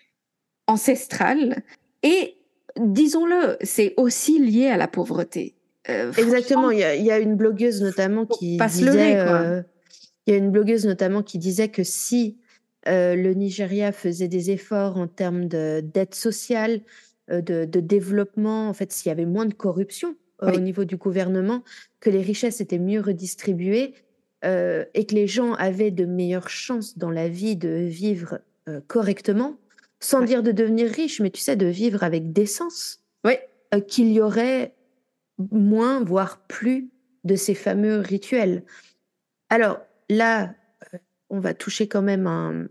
ancestrales. Et, disons-le, c'est aussi lié à la pauvreté. Euh, Exactement. Il y a, il y a une blogueuse notamment qui pas disait... se leurrer, quoi. Euh, il y a une blogueuse notamment qui disait que si euh, le Nigeria faisait des efforts en termes de, d'aide sociale, euh, de, de développement, en fait, s'il y avait moins de corruption euh, oui. au niveau du gouvernement, que les richesses étaient mieux redistribuées, Euh, et que les gens avaient de meilleures chances dans la vie de vivre euh, correctement, sans ouais. dire de devenir riche, mais tu sais, de vivre avec décence, oui. euh, qu'il y aurait moins, voire plus, de ces fameux rituels. Alors là, euh, on va toucher quand même un,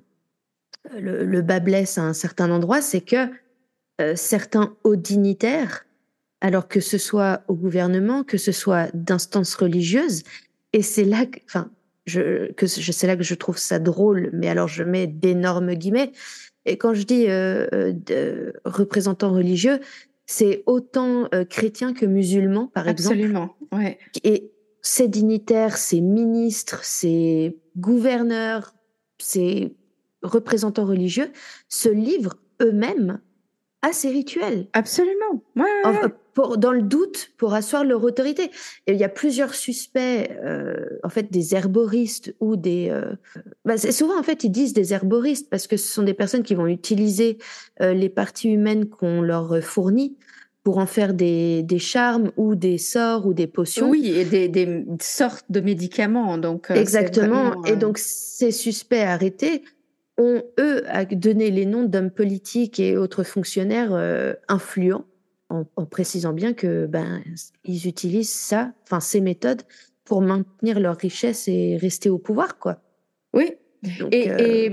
le, le bas blesse à un certain endroit, c'est que euh, certains hauts dignitaires, alors que ce soit au gouvernement, que ce soit d'instances religieuses, et c'est là que, enfin, je, que je, c'est là que je trouve ça drôle, mais alors je mets d'énormes guillemets. Et quand je dis euh, de représentants religieux, c'est autant euh, chrétiens que musulmans, par Absolument, exemple. Ouais. Et ces dignitaires, ces ministres, ces gouverneurs, ces représentants religieux se livrent eux-mêmes à ces rituels. Absolument. Ouais, ouais, ouais. Pour, dans le doute, pour asseoir leur autorité. Et il y a plusieurs suspects, euh, en fait, des herboristes ou des... Euh, bah c'est souvent, en fait, ils disent des herboristes parce que ce sont des personnes qui vont utiliser euh, les parties humaines qu'on leur fournit pour en faire des, des charmes ou des sorts ou des potions. Oui, et des, des sortes de médicaments. Donc, euh, Exactement. Vraiment, euh... Et donc, ces suspects arrêtés ont, eux, donné les noms d'hommes politiques et autres fonctionnaires euh, influents, en, en précisant bien que ben ils utilisent ça, enfin ces méthodes, pour maintenir leur richesse et rester au pouvoir, quoi. Oui. Donc, et, euh... et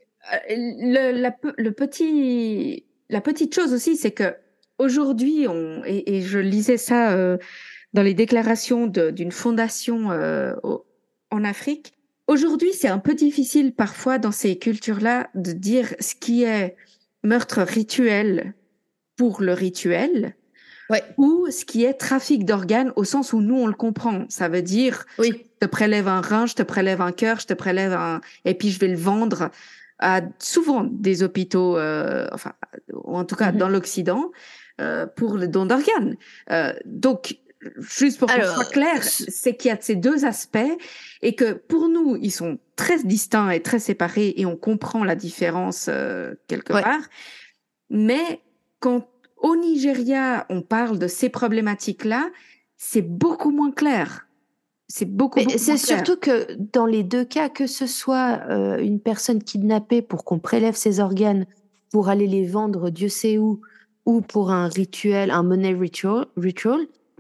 le, la, le petit, la petite chose aussi, c'est que aujourd'hui, on et, et je lisais ça euh, dans les déclarations de, d'une fondation euh, au, en Afrique. Aujourd'hui, c'est un peu difficile parfois dans ces cultures-là de dire ce qui est meurtre rituel pour le rituel, ouais. ou ce qui est trafic d'organes au sens où nous on le comprend. Ça veut dire, oui. je te prélève un rein, je te prélève un cœur, je te prélève un, et puis je vais le vendre à souvent des hôpitaux, euh, enfin, ou en tout cas mm-hmm. dans l'Occident, euh, pour le don d'organes. Euh, donc, juste pour que ce soit clair, c'est qu'il y a ces deux aspects et que pour nous, ils sont très distincts et très séparés et on comprend la différence euh, quelque ouais. part. Mais quand au Nigeria, on parle de ces problématiques-là, c'est beaucoup moins clair. C'est beaucoup, Mais beaucoup c'est moins clair. surtout que dans les deux cas, que ce soit euh, une personne kidnappée pour qu'on prélève ses organes pour aller les vendre Dieu sait où, ou pour un rituel, un money ritual, ritual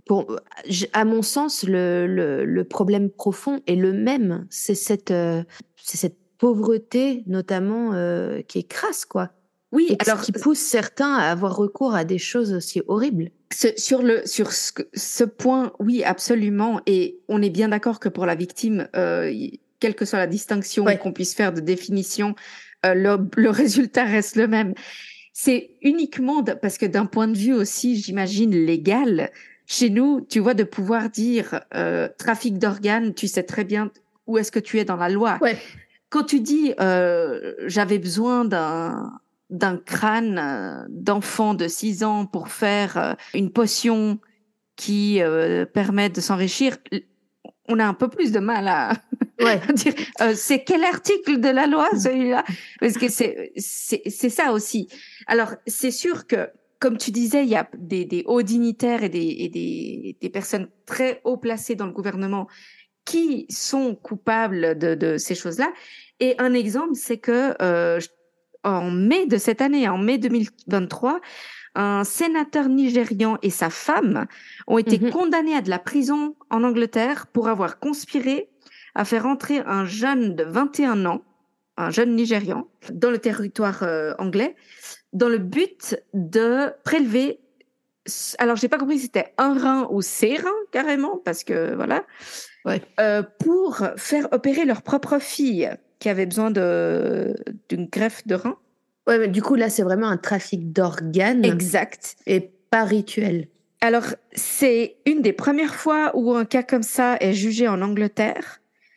pour, à mon sens, le, le, le problème profond est le même. C'est cette, euh, c'est cette pauvreté, notamment, euh, qui est crasse, quoi. Oui, et alors qui pousse certains à avoir recours à des choses aussi horribles. ce, sur le sur ce, ce point, oui, absolument. Et on est bien d'accord que pour la victime, euh, y- quelle que soit la distinction Ouais. qu'on puisse faire de définition, euh, le, le résultat reste le même. C'est uniquement de- parce que d'un point de vue aussi, j'imagine, légal, chez nous, tu vois, de pouvoir dire euh, trafic d'organes, tu sais très bien où est-ce que tu es dans la loi. Ouais. Quand tu dis euh, j'avais besoin d'un d'un crâne euh, d'enfant de six ans pour faire euh, une potion qui euh, permet de s'enrichir, on a un peu plus de mal à, Ouais. à dire euh, c'est quel article de la loi celui-là, parce que c'est c'est c'est ça aussi. Alors c'est sûr que comme tu disais, il y a des, des hauts dignitaires et des et des des personnes très haut placées dans le gouvernement qui sont coupables de de ces choses-là. Et un exemple, c'est que euh, en mai de cette année, en mai deux mille vingt-trois, un sénateur nigérian et sa femme ont été Mhm. condamnés à de la prison en Angleterre pour avoir conspiré à faire entrer un jeune de vingt et un ans, un jeune Nigérian, dans le territoire euh, anglais, dans le but de prélever. Alors, j'ai pas compris si c'était un rein ou ses reins, carrément, parce que voilà, Ouais. euh, pour faire opérer leur propre fille qui avait besoin de d'une greffe de rein. Ouais, mais du coup, là, c'est vraiment un trafic d'organes. Exact. Et pas rituel. Alors, c'est une des premières fois où un cas comme ça est jugé en Angleterre,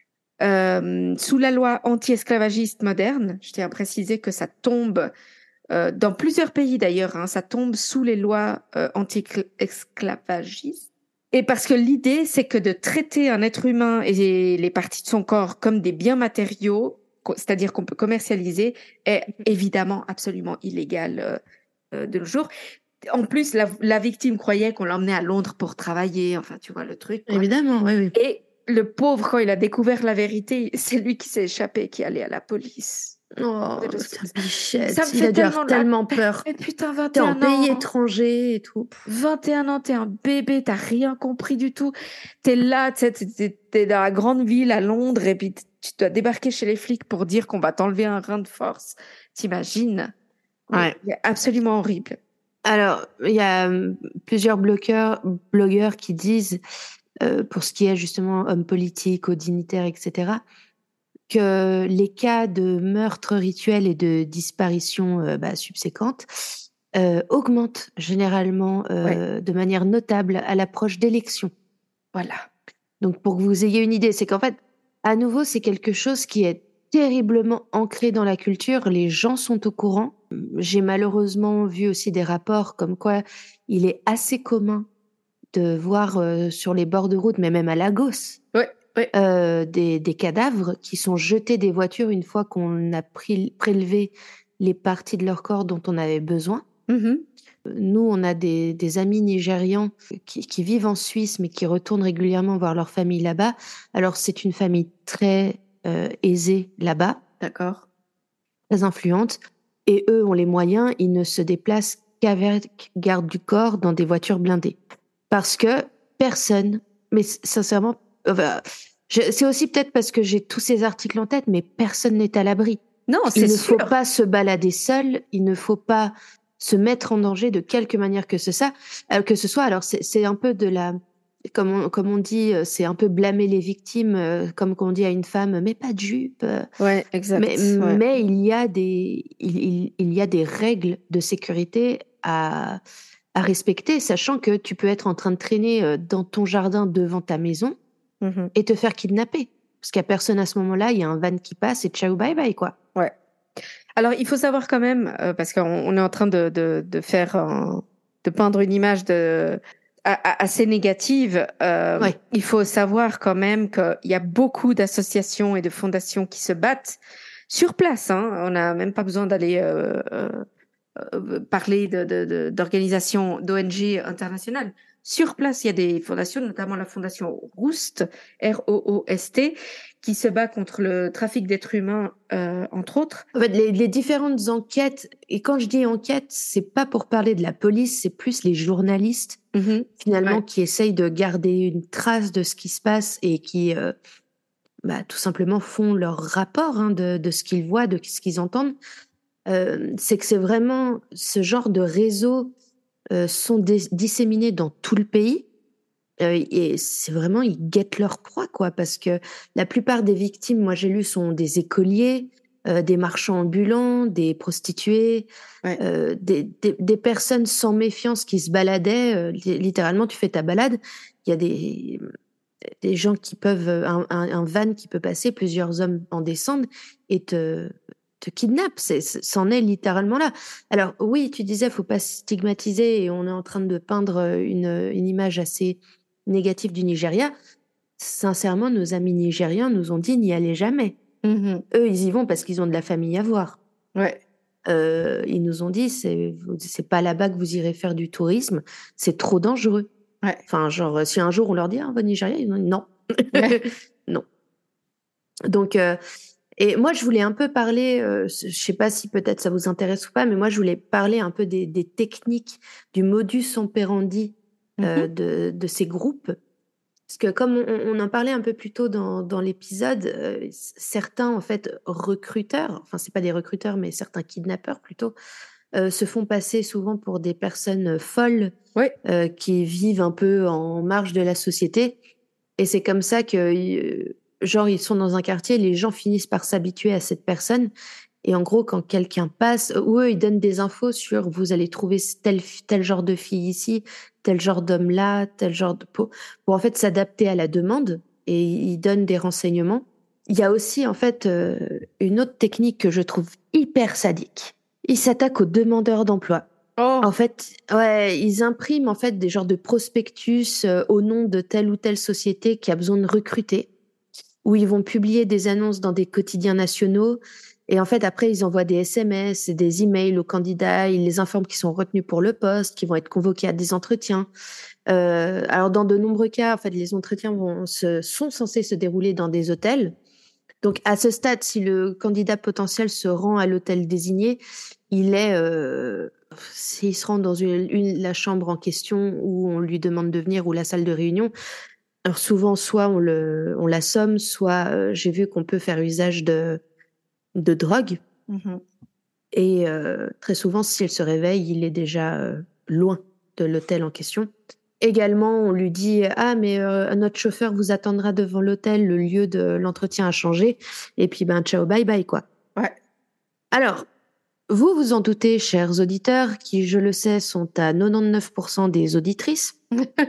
euh, sous la loi anti-esclavagiste moderne. Je tiens à préciser que ça tombe euh, dans plusieurs pays d'ailleurs, hein, ça tombe sous les lois euh, anti-esclavagistes. Et parce que l'idée, c'est que de traiter un être humain et les parties de son corps comme des biens matériaux, c'est-à-dire qu'on peut commercialiser, est évidemment absolument illégal euh, euh, de nos jours. En plus, la, la victime croyait qu'on l'emmenait à Londres pour travailler, enfin, tu vois, le truc, quoi. Évidemment, oui, oui. Et le pauvre, quand il a découvert la vérité, c'est lui qui s'est échappé, qui est allé à la police. Oh, sa bichette. Ça me Il fait a dû avoir tellement, tellement peur. Mais putain, vingt T'es et en un pays ans. étranger et tout. vingt et un ans, t'es un bébé, t'as rien compris du tout. T'es là, t'es, t'es, t'es dans la grande ville à Londres et puis tu dois débarquer chez les flics pour dire qu'on va t'enlever un rein de force. T'imagines? Ouais. C'est absolument horrible. Alors, il y a plusieurs blogueurs, blogueurs qui disent, euh, pour ce qui est justement hommes politiques, hauts dignitaires, et cetera, que les cas de meurtre rituel et de disparition euh, bah, subséquente euh, augmentent généralement euh, ouais. de manière notable à l'approche d'élections. Voilà. Donc, pour que vous ayez une idée, c'est qu'en fait, à nouveau, c'est quelque chose qui est terriblement ancré dans la culture. Les gens sont au courant. J'ai malheureusement vu aussi des rapports comme quoi il est assez commun de voir euh, sur les bords de route, mais même à Lagos, ouais, ouais. Euh, des, des cadavres qui sont jetés des voitures une fois qu'on a pris, prélevé les parties de leur corps dont on avait besoin. Mm-hmm. Nous, on a des, des amis nigérians qui, qui vivent en Suisse, mais qui retournent régulièrement voir leur famille là-bas. Alors, c'est une famille très euh, aisée là-bas. D'accord. Très influente. Et eux ont les moyens, ils ne se déplacent qu'avec garde du corps dans des voitures blindées. Parce que personne, mais sincèrement, euh, je, c'est aussi peut-être parce que j'ai tous ces articles en tête, mais personne n'est à l'abri. Non, c'est Il ne sûr. faut pas se balader seul, il ne faut pas se mettre en danger de quelque manière que ce, ça, euh, que ce soit. Alors, c'est, c'est un peu de la... Comme on, comme on dit, c'est un peu blâmer les victimes, euh, comme qu'on dit à une femme, mais pas de jupe. Ouais, exact. Mais, ouais. mais il y a des, il, il, il y a des règles de sécurité à, à respecter, sachant que tu peux être en train de traîner dans ton jardin devant ta maison mm-hmm. et te faire kidnapper. Parce qu'il n'y a personne à ce moment-là, il y a un van qui passe et ciao, bye bye, quoi. Ouais. Alors, il faut savoir quand même, euh, parce qu'on on est en train de, de, de faire, un, de peindre une image de, a, assez négative. Euh, ouais. Il faut savoir quand même qu'il y a beaucoup d'associations et de fondations qui se battent sur place. Hein. On n'a même pas besoin d'aller euh, euh, parler de, de, de, d'organisations, d'O N G internationales. Sur place, il y a des fondations, notamment la fondation Roost, R O O S T, qui se bat contre le trafic d'êtres humains, euh, entre autres. En fait, les, les différentes enquêtes, et quand je dis enquête, c'est pas pour parler de la police, c'est plus les journalistes, Mhm. finalement, Ouais. qui essayent de garder une trace de ce qui se passe et qui, euh, bah, tout simplement, font leur rapport hein, de, de ce qu'ils voient, de ce qu'ils entendent. Euh, c'est que c'est vraiment ce genre de réseaux euh, sont dé- disséminés dans tout le pays. Euh, et c'est vraiment, ils guettent leur proie, quoi, parce que la plupart des victimes, moi j'ai lu, sont des écoliers, euh, des marchands ambulants, des prostituées, Ouais. euh, des, des, des personnes sans méfiance qui se baladaient. Euh, li- littéralement, tu fais ta balade, il y a des, des gens qui peuvent, un, un, un van qui peut passer, plusieurs hommes en descendent et te, te kidnappent. C'est, c'est- c'en est littéralement là. Alors oui, tu disais, faut pas stigmatiser et on est en train de peindre une, une image assez négative du Nigeria. Sincèrement, nos amis nigérians nous ont dit n'y allez jamais. Mhm. Eux, ils y vont parce qu'ils ont de la famille à voir. Ouais. Euh, ils nous ont dit c'est c'est pas là-bas que vous irez faire du tourisme, c'est trop dangereux. Ouais. Enfin, genre, si un jour on leur dit, ah, va au Nigeria, ils vont dire non. Ouais. Non. Donc, euh, et moi, je voulais un peu parler, euh, je sais pas si peut-être ça vous intéresse ou pas, mais moi, je voulais parler un peu des, des techniques, du modus operandi euh, Mhm. de, de ces groupes. Parce que comme on, on en parlait un peu plus tôt dans, dans l'épisode, euh, certains, en fait, recruteurs, enfin, c'est pas des recruteurs, mais certains kidnappeurs plutôt, euh, se font passer souvent pour des personnes folles Ouais. euh, qui vivent un peu en marge de la société. Et c'est comme ça que, euh, genre, ils sont dans un quartier, les gens finissent par s'habituer à cette personne. Et en gros, quand quelqu'un passe, ou eux, ils donnent des infos sur vous allez trouver tel, tel genre de fille ici, tel genre d'homme là, tel genre de peau, pour en fait s'adapter à la demande. Et ils donnent des renseignements. Il y a aussi, en fait, euh, une autre technique que je trouve hyper sadique. Ils s'attaquent aux demandeurs d'emploi. Oh. En fait, ouais, ils impriment en fait des genres de prospectus euh, au nom de telle ou telle société qui a besoin de recruter, où ils vont publier des annonces dans des quotidiens nationaux. Et en fait, après, ils envoient des S M S et des emails aux candidats. Ils les informent qu'ils sont retenus pour le poste, qu'ils vont être convoqués à des entretiens. Euh, alors, dans de nombreux cas, en fait, les entretiens vont se, sont censés se dérouler dans des hôtels. Donc, à ce stade, si le candidat potentiel se rend à l'hôtel désigné, il est, euh, s'il se rend dans une, une, la chambre en question où on lui demande de venir ou la salle de réunion, alors souvent, soit on le, on l'assomme, soit euh, j'ai vu qu'on peut faire usage de, de drogue. Mhm. Et euh, très souvent, si elle se réveille, il est déjà euh, loin de l'hôtel en question. Également, on lui dit « Ah, mais euh, notre chauffeur vous attendra devant l'hôtel, le lieu de l'entretien a changé. » Et puis, ben, ciao, bye bye, quoi. Ouais. Alors, vous vous en doutez, chers auditeurs, qui, je le sais, sont à quatre-vingt-dix-neuf pour cent des auditrices.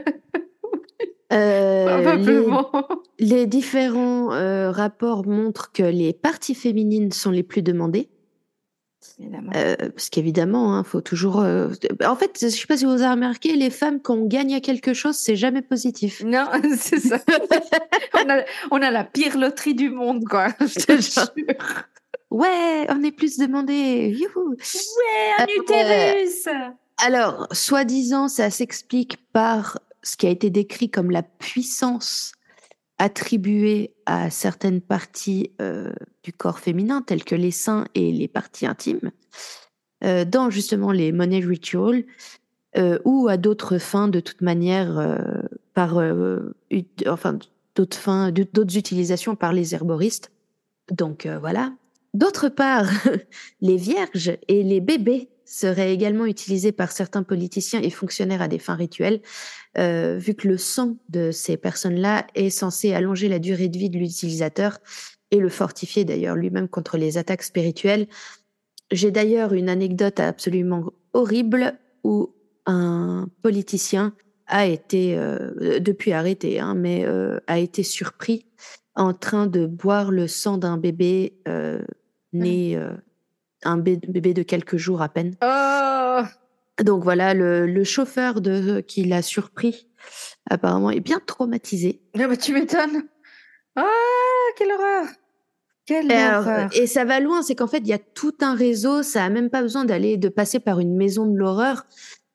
euh, les, les différents euh, rapports montrent que les parties féminines sont les plus demandées. Évidemment. Euh, parce qu'évidemment, hein, faut toujours. Euh... En fait, je sais pas si vous avez remarqué, les femmes, quand on gagne à quelque chose, c'est jamais positif. Non, c'est ça. on, a, on a la pire loterie du monde, quoi. Je te jure. Ouais, on est plus demandé. Youhou. Ouais, un euh, utérus. Euh, alors, soi-disant, ça s'explique par ce qui a été décrit comme la puissance attribuée à certaines parties euh, du corps féminin, telles que les seins et les parties intimes, euh, dans justement les money rituals, euh, ou à d'autres fins, de toute manière, euh, par, euh, ut- enfin, d'autres fins, d'autres utilisations par les herboristes. Donc euh, voilà. D'autre part, les vierges et les bébés seraient également utilisés par certains politiciens et fonctionnaires à des fins rituelles, euh, vu que le sang de ces personnes-là est censé allonger la durée de vie de l'utilisateur et le fortifier d'ailleurs lui-même contre les attaques spirituelles. J'ai d'ailleurs une anecdote absolument horrible où un politicien a été, euh, depuis arrêté, hein, mais euh, a été surpris en train de boire le sang d'un bébé euh, né, euh, un bébé de quelques jours à peine. Oh. Donc voilà, le, le chauffeur de, qui l'a surpris, apparemment, est bien traumatisé. Ah bah, tu m'étonnes. Ah, quelle horreur. Quelle et, alors, horreur. Et ça va loin, c'est qu'en fait, il y a tout un réseau, ça n'a même pas besoin d'aller, de passer par une maison de l'horreur.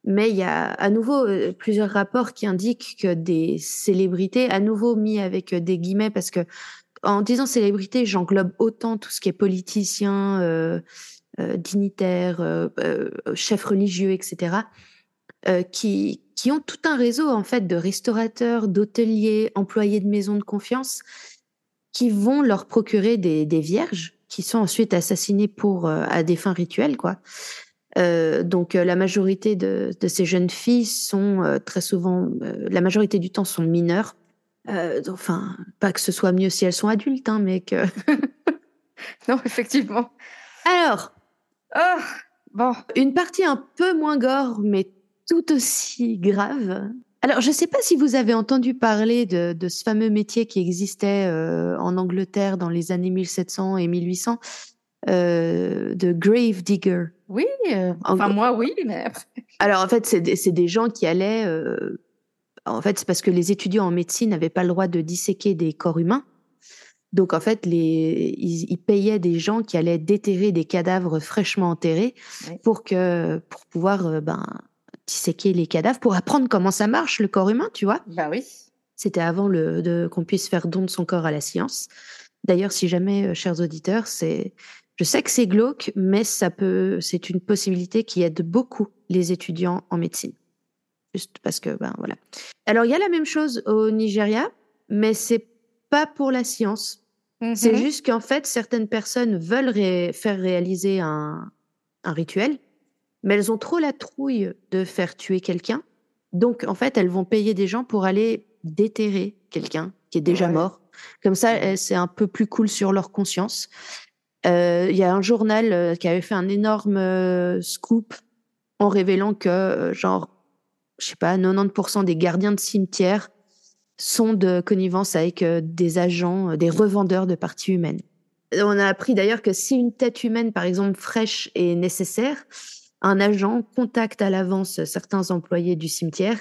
Mais il y a à nouveau euh, plusieurs rapports qui indiquent que des célébrités, à nouveau mis avec euh, des guillemets, parce que en disant célébrité, j'englobe autant tout ce qui est politicien, euh, euh, dignitaire, euh, euh, chef religieux, et cetera, euh, qui, qui ont tout un réseau en fait de restaurateurs, d'hôteliers, employés de maisons de confiance, qui vont leur procurer des, des vierges qui sont ensuite assassinées pour euh, à des fins rituelles, quoi. Euh, donc euh, la majorité de, de ces jeunes filles sont euh, très souvent, euh, la majorité du temps sont mineures. Euh, enfin, pas que ce soit mieux si elles sont adultes, hein, mais que. Non, effectivement. Alors, oh, bon, une partie un peu moins gore, mais tout aussi grave. Alors, je ne sais pas si vous avez entendu parler de, de ce fameux métier qui existait euh, en Angleterre dans les années mille sept cents et mille huit cents, euh, de grave digger. Oui, euh, enfin en... moi oui, mais. Alors en fait, c'est des, c'est des gens qui allaient. Euh, en fait, c'est parce que les étudiants en médecine n'avaient pas le droit de disséquer des corps humains. Donc en fait, les, ils, ils payaient des gens qui allaient déterrer des cadavres fraîchement enterrés oui. pour que pour pouvoir euh, ben disséquer les cadavres, pour apprendre comment ça marche le corps humain, tu vois. Bah oui. C'était avant le de qu'on puisse faire don de son corps à la science. D'ailleurs, si jamais, euh, chers auditeurs, c'est je sais que c'est glauque, mais ça peut, c'est une possibilité qui aide beaucoup les étudiants en médecine. Juste parce que, ben voilà. Alors, il y a la même chose au Nigeria, mais c'est pas pour la science. Mm-hmm. C'est juste qu'en fait, certaines personnes veulent ré- faire réaliser un, un rituel, mais elles ont trop la trouille de faire tuer quelqu'un. Donc, en fait, elles vont payer des gens pour aller déterrer quelqu'un qui est déjà ouais. mort. Comme ça, ouais. c'est un peu plus cool sur leur conscience. Il euh, y a un journal euh, qui avait fait un énorme euh, scoop en révélant que, euh, genre, je sais pas, quatre-vingt-dix pour cent des gardiens de cimetières sont de connivence avec euh, des agents, euh, des revendeurs de parties humaines. On a appris d'ailleurs que si une tête humaine, par exemple, fraîche est nécessaire, un agent contacte à l'avance certains employés du cimetière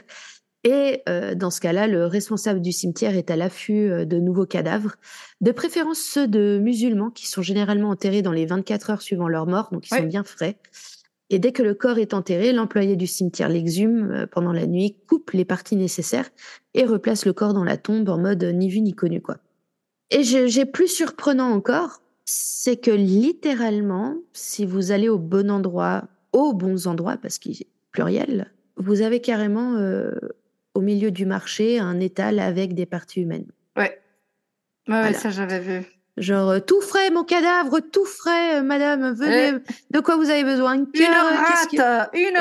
et euh, dans ce cas-là, le responsable du cimetière est à l'affût euh, de nouveaux cadavres, de préférence ceux de musulmans qui sont généralement enterrés dans les vingt-quatre heures suivant leur mort, donc ils oui. sont bien frais. Et dès que le corps est enterré, l'employé du cimetière l'exhume euh, pendant la nuit, coupe les parties nécessaires et replace le corps dans la tombe en mode ni vu ni connu, quoi. Et j'ai, j'ai plus surprenant encore, c'est que littéralement, si vous allez au bon endroit, aux bons endroits, parce qu'il est pluriel, vous avez carrément euh, au milieu du marché un étal avec des parties humaines. Ouais, ouais, voilà. Ouais, ça j'avais vu. Genre, euh, tout frais, mon cadavre, tout frais, euh, madame, venez, euh, de quoi vous avez besoin? Une, une rate, que... une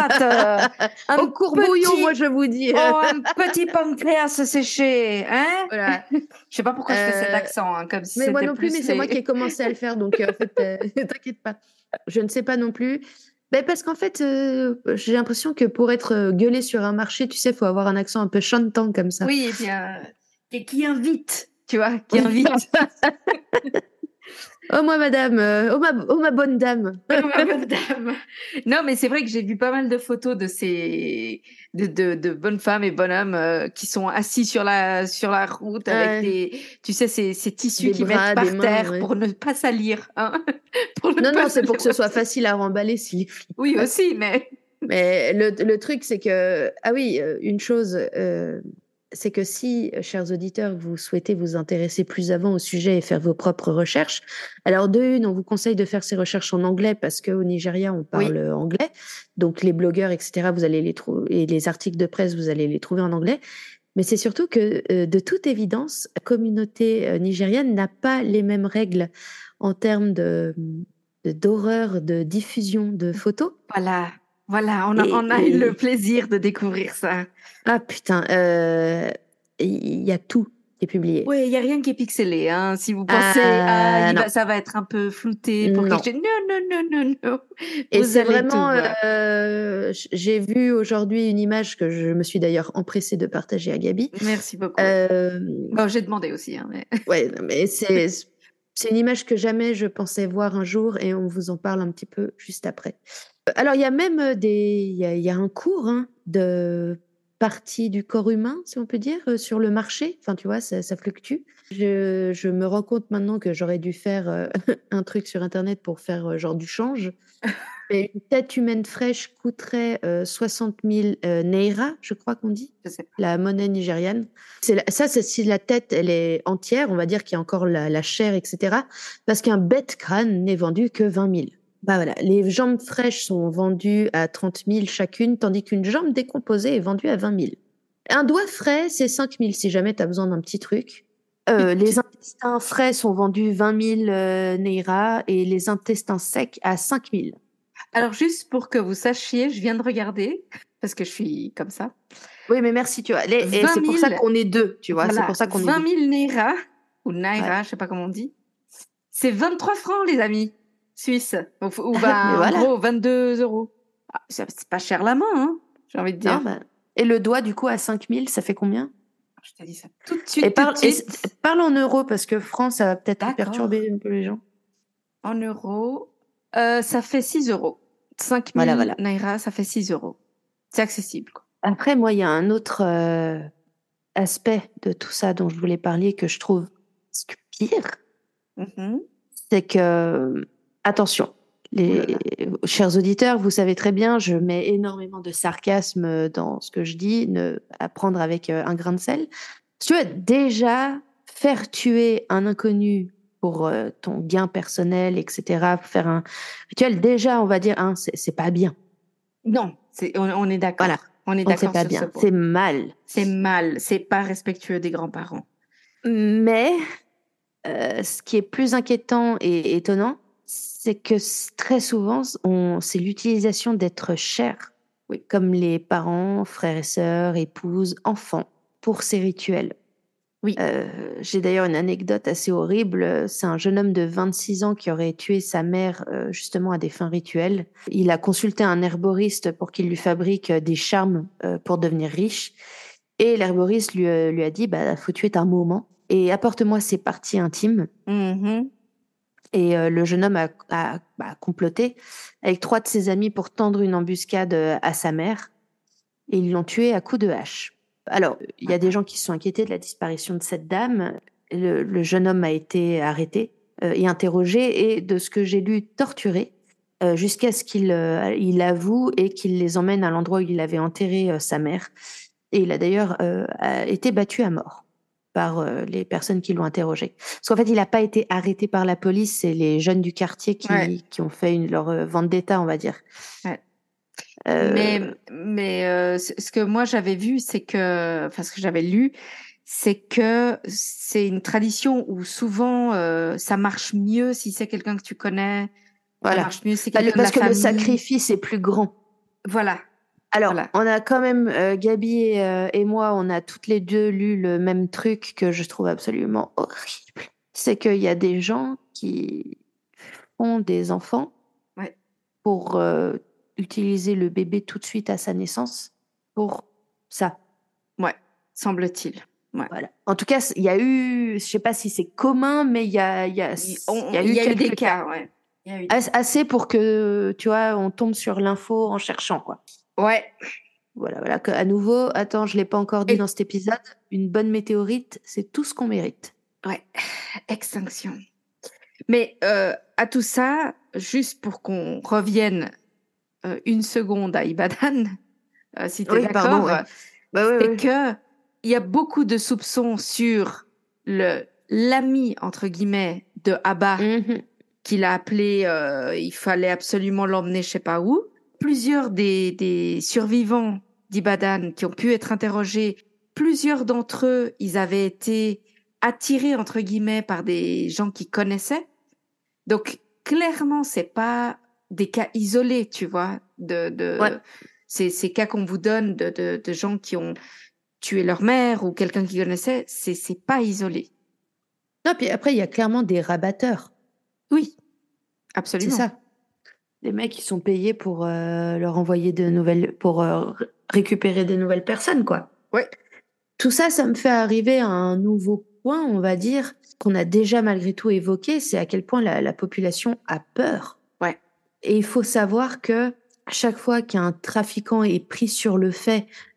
rate, un au courbouillon, petit... moi je vous dis. Oh, un petit pancréas séché, hein? Voilà. Je sais pas pourquoi euh... je fais cet accent, hein, comme si mais c'était moi non plus, plus mais les... c'est moi qui ai commencé à le faire, donc euh, en fait, euh, t'inquiète pas. Je ne sais pas non plus. Ben, parce qu'en fait, euh, j'ai l'impression que pour être gueulé sur un marché, tu sais, il faut avoir un accent un peu chantant comme ça. Oui, et bien, et qui invite, tu vois, qui invite. Oh, moi, madame, euh, oh, ma, oh, ma bonne dame. Oh, ma bonne dame. Non, mais c'est vrai que j'ai vu pas mal de photos de ces, de, de, de bonnes femmes et bonhommes euh, qui sont assis sur la, sur la route avec ouais. des, tu sais, ces, ces tissus qu'ils mettent par mains, terre ouais. pour ne pas salir, hein. pour ne non, pas non, c'est pour que ce soit facile à remballer si les filles. Oui, aussi, mais. Mais le, le truc, c'est que, ah oui, une chose, euh, c'est que si, chers auditeurs, vous souhaitez vous intéresser plus avant au sujet et faire vos propres recherches, alors de une, on vous conseille de faire ces recherches en anglais parce qu'au Nigeria, on parle oui. anglais. Donc les blogueurs, et cetera, vous allez les trouver, et les articles de presse, vous allez les trouver en anglais. Mais c'est surtout que, euh, de toute évidence, la communauté euh, nigérienne n'a pas les mêmes règles en termes de, de d'horreur, de diffusion de photos. Voilà. Voilà, on a, et, on a et... eu le plaisir de découvrir ça. Ah putain, il euh, y a tout qui est publié. Oui, il n'y a rien qui est pixelé. Hein. Si vous pensez, euh, ah, va, ça va être un peu flouté pour non. quelque chose. Non, non, non, non, non. Et vous c'est vraiment, euh, j'ai vu aujourd'hui une image que je me suis d'ailleurs empressée de partager à Gabi. Merci beaucoup. Euh... Bon, j'ai demandé aussi. Hein, mais... Ouais, mais c'est, c'est une image que jamais je pensais voir un jour et on vous en parle un petit peu juste après. Alors, il y a même des, il y a, il y a un cours hein, de parties du corps humain, si on peut dire, euh, sur le marché. Enfin, tu vois, ça, ça fluctue. Je, je me rends compte maintenant que j'aurais dû faire euh, un truc sur Internet pour faire euh, genre du change. Et une tête humaine fraîche coûterait euh, soixante mille euh, naira, je crois qu'on dit, Je sais pas. la monnaie nigériane. C'est la- ça, c'est si la tête, elle est entière, on va dire qu'il y a encore la, la chair, et cetera. Parce qu'un bête crâne n'est vendu que vingt mille. Bah voilà, les jambes fraîches sont vendues à trente mille chacune, tandis qu'une jambe décomposée est vendue à vingt mille. Un doigt frais, c'est cinq mille si jamais tu as besoin d'un petit truc. Euh, les intestins frais sont vendus vingt mille euh, naira et les intestins secs à cinq mille. Alors, juste pour que vous sachiez, je viens de regarder, parce que je suis comme ça. Oui, mais merci, tu vois. Les- et vingt c'est pour ça mille, qu'on est deux, tu vois. voilà, C'est pour ça qu'on est vingt deux. mille naira, ou naira, Ouais. je sais pas comment on dit. C'est vingt-trois francs, les amis, suisses. Ou, ou Mais ben, en voilà. gros, vingt-deux euros. Ah, ça- c'est pas cher la main, hein, j'ai envie de dire. Non, bah, et le doigt, du coup, à cinq mille, ça fait combien? Je te dis ça tout de suite, Et tout parle, de et suite. s- parle en euros, parce que France, ça va peut-être D'accord. perturber un peu les gens. En euros, euh, ça fait six euros. cinq mille Voilà, voilà. naira, ça fait six euros. C'est accessible, quoi. Après, moi, il y a un autre euh, aspect de tout ça dont je voulais parler que je trouve pire. Mhm. C'est que, attention, les chers auditeurs, vous savez très bien, je mets énormément de sarcasme dans ce que je dis, ne, à prendre avec euh, un grain de sel. Si tu veux, déjà, faire tuer un inconnu pour euh, ton gain personnel, et cetera, faire un rituel, déjà, on va dire, hein, c'est, c'est pas bien. Non, c'est, on, on est d'accord. Voilà, On est donc c'est d'accord pas sur ce bien, point. c'est mal. C'est mal, c'est pas respectueux des grands-parents. Mais euh, ce qui est plus inquiétant et étonnant, c'est que s- très souvent, on, c'est l'utilisation d'êtres chers, oui, comme les parents, frères et sœurs, épouses, enfants, pour ces rituels. Oui. Euh, j'ai d'ailleurs une anecdote assez horrible. C'est un jeune homme de vingt-six ans qui aurait tué sa mère euh, justement à des fins rituelles. Il a consulté un herboriste pour qu'il lui fabrique euh, des charmes euh, pour devenir riche. Et l'herboriste lui, euh, lui a dit, bah, faut tuer ta maman et apporte-moi ses parties intimes. Mhm. Et euh, le jeune homme a, a bah, comploté avec trois de ses amis pour tendre une embuscade euh, à sa mère. Et ils l'ont tué à coups de hache. Alors, il y a des gens qui se sont inquiétés de la disparition de cette dame. Le, le jeune homme a été arrêté euh, et interrogé et, de ce que j'ai lu, torturé euh, jusqu'à ce qu'il euh, il avoue et qu'il les emmène à l'endroit où il avait enterré euh, sa mère. Et il a d'ailleurs euh, a été battu à mort par euh, les personnes qui l'ont interrogé. Parce qu'en fait, il n'a pas été arrêté par la police, c'est les jeunes du quartier qui, Ouais. qui ont fait une, leur euh, vendetta, on va dire. Ouais. Euh, Mais, mais euh, ce ce que moi j'avais vu, c'est que, enfin ce que j'avais lu, c'est que c'est une tradition où souvent euh, ça marche mieux si c'est quelqu'un que tu connais. Voilà. Ça marche mieux si c'est Bah, quelqu'un le- parce de la que le famille. sacrifice est plus grand. Voilà. Alors, Voilà. on a quand même, euh, Gabi et, euh, et moi, on a toutes les deux lu le même truc que je trouve absolument horrible. C'est qu'il y a des gens qui ont des enfants Ouais. pour euh, utiliser le bébé tout de suite à sa naissance pour ça. Ouais. Semble-t-il. Ouais. Voilà. En tout cas, il y a eu, je sais pas si c'est commun, mais il y a, il y a, Il, il on- y a il eu y a eu quelques des cas, ouais. Il y a eu des As- Assez pour que, tu vois, on tombe sur l'info en cherchant, quoi. Ouais. Voilà, voilà. Que, à nouveau, attends, je l'ai pas encore dit Et- dans cet épisode, une bonne météorite, c'est tout ce qu'on mérite. Ouais. Extinction. Mais euh, à tout ça, juste pour qu'on revienne euh, une seconde à Ibadan, euh, si tu es Oui, pardon, d'accord, ouais. Bah, ouais, c'est ouais. que il y a beaucoup de soupçons sur le l'ami entre guillemets de Abba Mhm. qu'il a appelé, euh, il fallait absolument l'emmener je sais pas où. Plusieurs des, des survivants d'Ibadan qui ont pu être interrogés, plusieurs d'entre eux, ils avaient été attirés entre guillemets par des gens qu'ils connaissaient. Donc clairement, c'est pas des cas isolés, tu vois, de, de Ouais. ces, ces cas qu'on vous donne de, de, de gens qui ont tué leur mère ou quelqu'un qu'ils connaissaient, c'est c'est pas isolé. Non, puis après, il y a clairement des rabatteurs. Oui, C'est absolument. ça. Les mecs, qui sont payés pour euh, leur envoyer de nouvelles, pour euh, r- récupérer des nouvelles personnes, quoi. Ouais. Tout ça, ça me fait arriver à un nouveau point, on va dire, qu'on a déjà malgré tout évoqué, c'est à quel point la, la population a peur. Ouais. Et il faut savoir que à chaque fois qu'un trafiquant est pris sur le fait,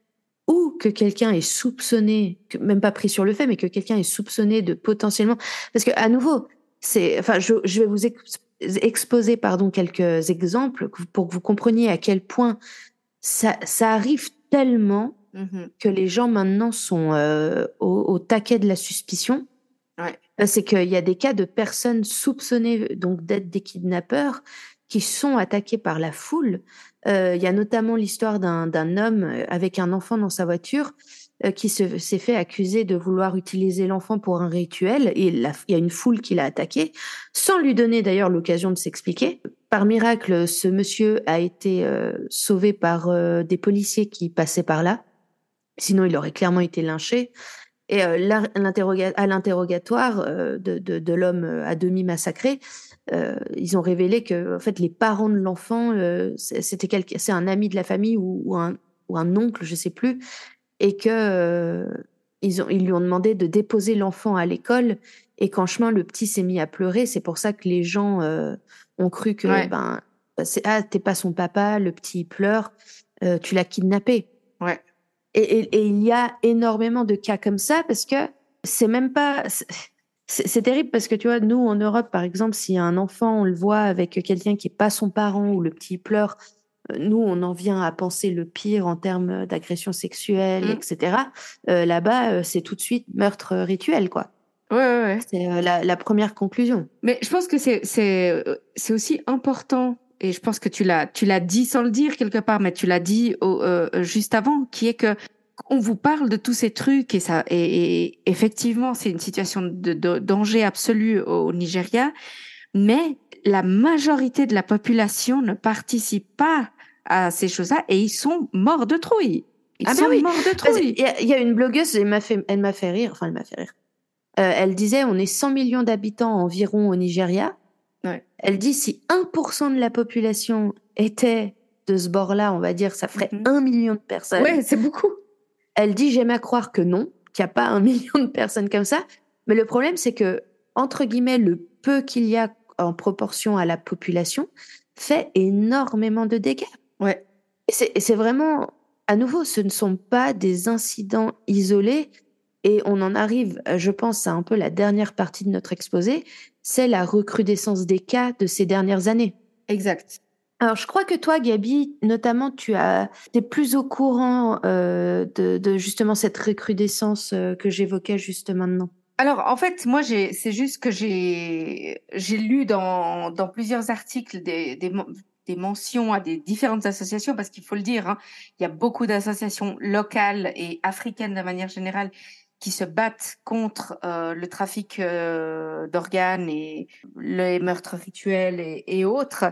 ou que quelqu'un est soupçonné, que, même pas pris sur le fait, mais que quelqu'un est soupçonné de potentiellement... Parce que à nouveau, c'est, enfin, je, je vais vous ex- exposer pardon, quelques exemples pour que vous compreniez à quel point ça, ça arrive tellement mm-hmm. que les gens maintenant sont euh, au, au taquet de la suspicion. Ouais. C'est qu'il y a des cas de personnes soupçonnées donc d'être des kidnappeurs qui sont attaqués par la foule. Euh, il y a notamment l'histoire d'un, d'un homme avec un enfant dans sa voiture euh, qui se, s'est fait accuser de vouloir utiliser l'enfant pour un rituel et la, il y a une foule qui l'a attaqué sans lui donner d'ailleurs l'occasion de s'expliquer. Par miracle, ce monsieur a été euh, sauvé par euh, des policiers qui passaient par là. Sinon, il aurait clairement été lynché. Et euh, l'interroga- à l'interrogatoire euh, de, de, de l'homme à demi massacré, euh, ils ont révélé que en fait, les parents de l'enfant, euh, c'était quelqu'un, c'est un ami de la famille ou, ou, un, ou un oncle, je sais plus, et que euh, ils, ont, ils lui ont demandé de déposer l'enfant à l'école et qu'en chemin, le petit s'est mis à pleurer. C'est pour ça que les gens euh, ont cru que ouais. ben, c'est, ah, t'es pas son papa, le petit pleure, euh, tu l'as kidnappé. Ouais. Et, et, et il y a énormément de cas comme ça parce que c'est même pas... C'est, c'est terrible parce que tu vois, nous en Europe, par exemple, si un enfant, on le voit avec quelqu'un qui est pas son parent ou le petit pleure, nous, on en vient à penser le pire en termes d'agression sexuelle, mmh. et cetera. Euh, là-bas, c'est tout de suite meurtre rituel, quoi. Ouais, ouais, ouais. C'est euh, la, la première conclusion. Mais je pense que c'est, c'est, c'est aussi important... Et je pense que tu l'as, tu l'as dit sans le dire quelque part, mais tu l'as dit au, euh, juste avant, qui est que on vous parle de tous ces trucs et ça, et, et effectivement, c'est une situation de, de danger absolu au Nigeria, mais la majorité de la population ne participe pas à ces choses-là et ils sont morts de trouille. Ils ah sont ben oui. morts de trouille. Il y, y a une blogueuse, elle m'a fait, elle m'a fait rire, enfin elle m'a fait rire. Euh, elle disait, on est cent millions d'habitants environ au Nigeria. Ouais. Elle dit si un pour cent de la population était de ce bord-là, on va dire, ça ferait mm-hmm. un million de personnes. Ouais, c'est beaucoup. Elle dit j'aime à croire que non, qu'il n'y a pas un million de personnes comme ça. Mais le problème, c'est que, entre guillemets, le peu qu'il y a en proportion à la population fait énormément de dégâts. Ouais. Et c'est, et c'est vraiment, à nouveau, ce ne sont pas des incidents isolés. Et on en arrive, je pense, à un peu la dernière partie de notre exposé, c'est la recrudescence des cas de ces dernières années. Exact. Alors, je crois que toi, Gabi, notamment, tu as, t'es plus au courant euh, de, de justement cette recrudescence euh, que j'évoquais juste maintenant. Alors, en fait, moi, j'ai, c'est juste que j'ai, j'ai lu dans, dans plusieurs articles des, des, des mentions à des différentes associations, parce qu'il faut le dire, hein, il y a beaucoup d'associations locales et africaines de manière générale qui se battent contre euh, le trafic euh, d'organes et les meurtres rituels et, et autres.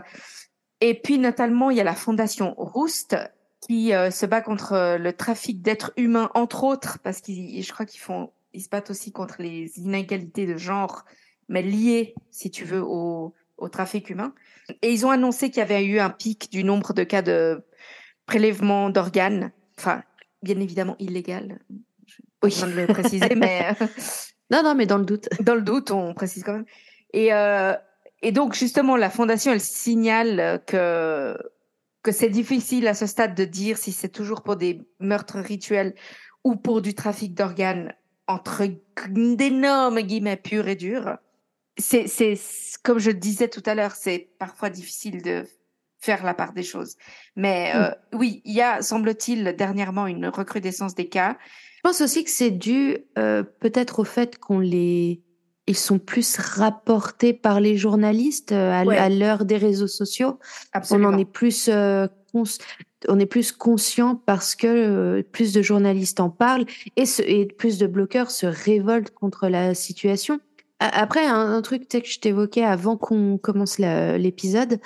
Et puis, notamment, il y a la fondation Roost qui euh, se bat contre euh, le trafic d'êtres humains, entre autres, parce qu'ils, je crois qu'ils font, ils se battent aussi contre les inégalités de genre, mais liées, si tu veux, au, au trafic humain. Et ils ont annoncé qu'il y avait eu un pic du nombre de cas de prélèvement d'organes, enfin, bien évidemment illégal. Oui. Je viens de le préciser, mais... non, non, mais dans le doute. Dans le doute, on précise quand même. Et, euh, et donc, justement, la Fondation, elle signale que, que c'est difficile à ce stade de dire si c'est toujours pour des meurtres rituels ou pour du trafic d'organes, entre d'énormes guillemets purs et durs. C'est, c'est, comme je le disais tout à l'heure, c'est parfois difficile de faire la part des choses. Mais euh, mmh. oui, il y a, semble-t-il, dernièrement une recrudescence des cas. Je pense aussi que c'est dû euh, peut-être au fait qu'on les... Ils sont plus rapportés par les journalistes euh, à, ouais. à l'heure des réseaux sociaux. Absolument. On en est plus, euh, cons... on est plus conscient parce que euh, plus de journalistes en parlent et, ce... et plus de blogueurs se révoltent contre la situation. Après, un, un truc que je t'évoquais avant qu'on commence la, l'épisode,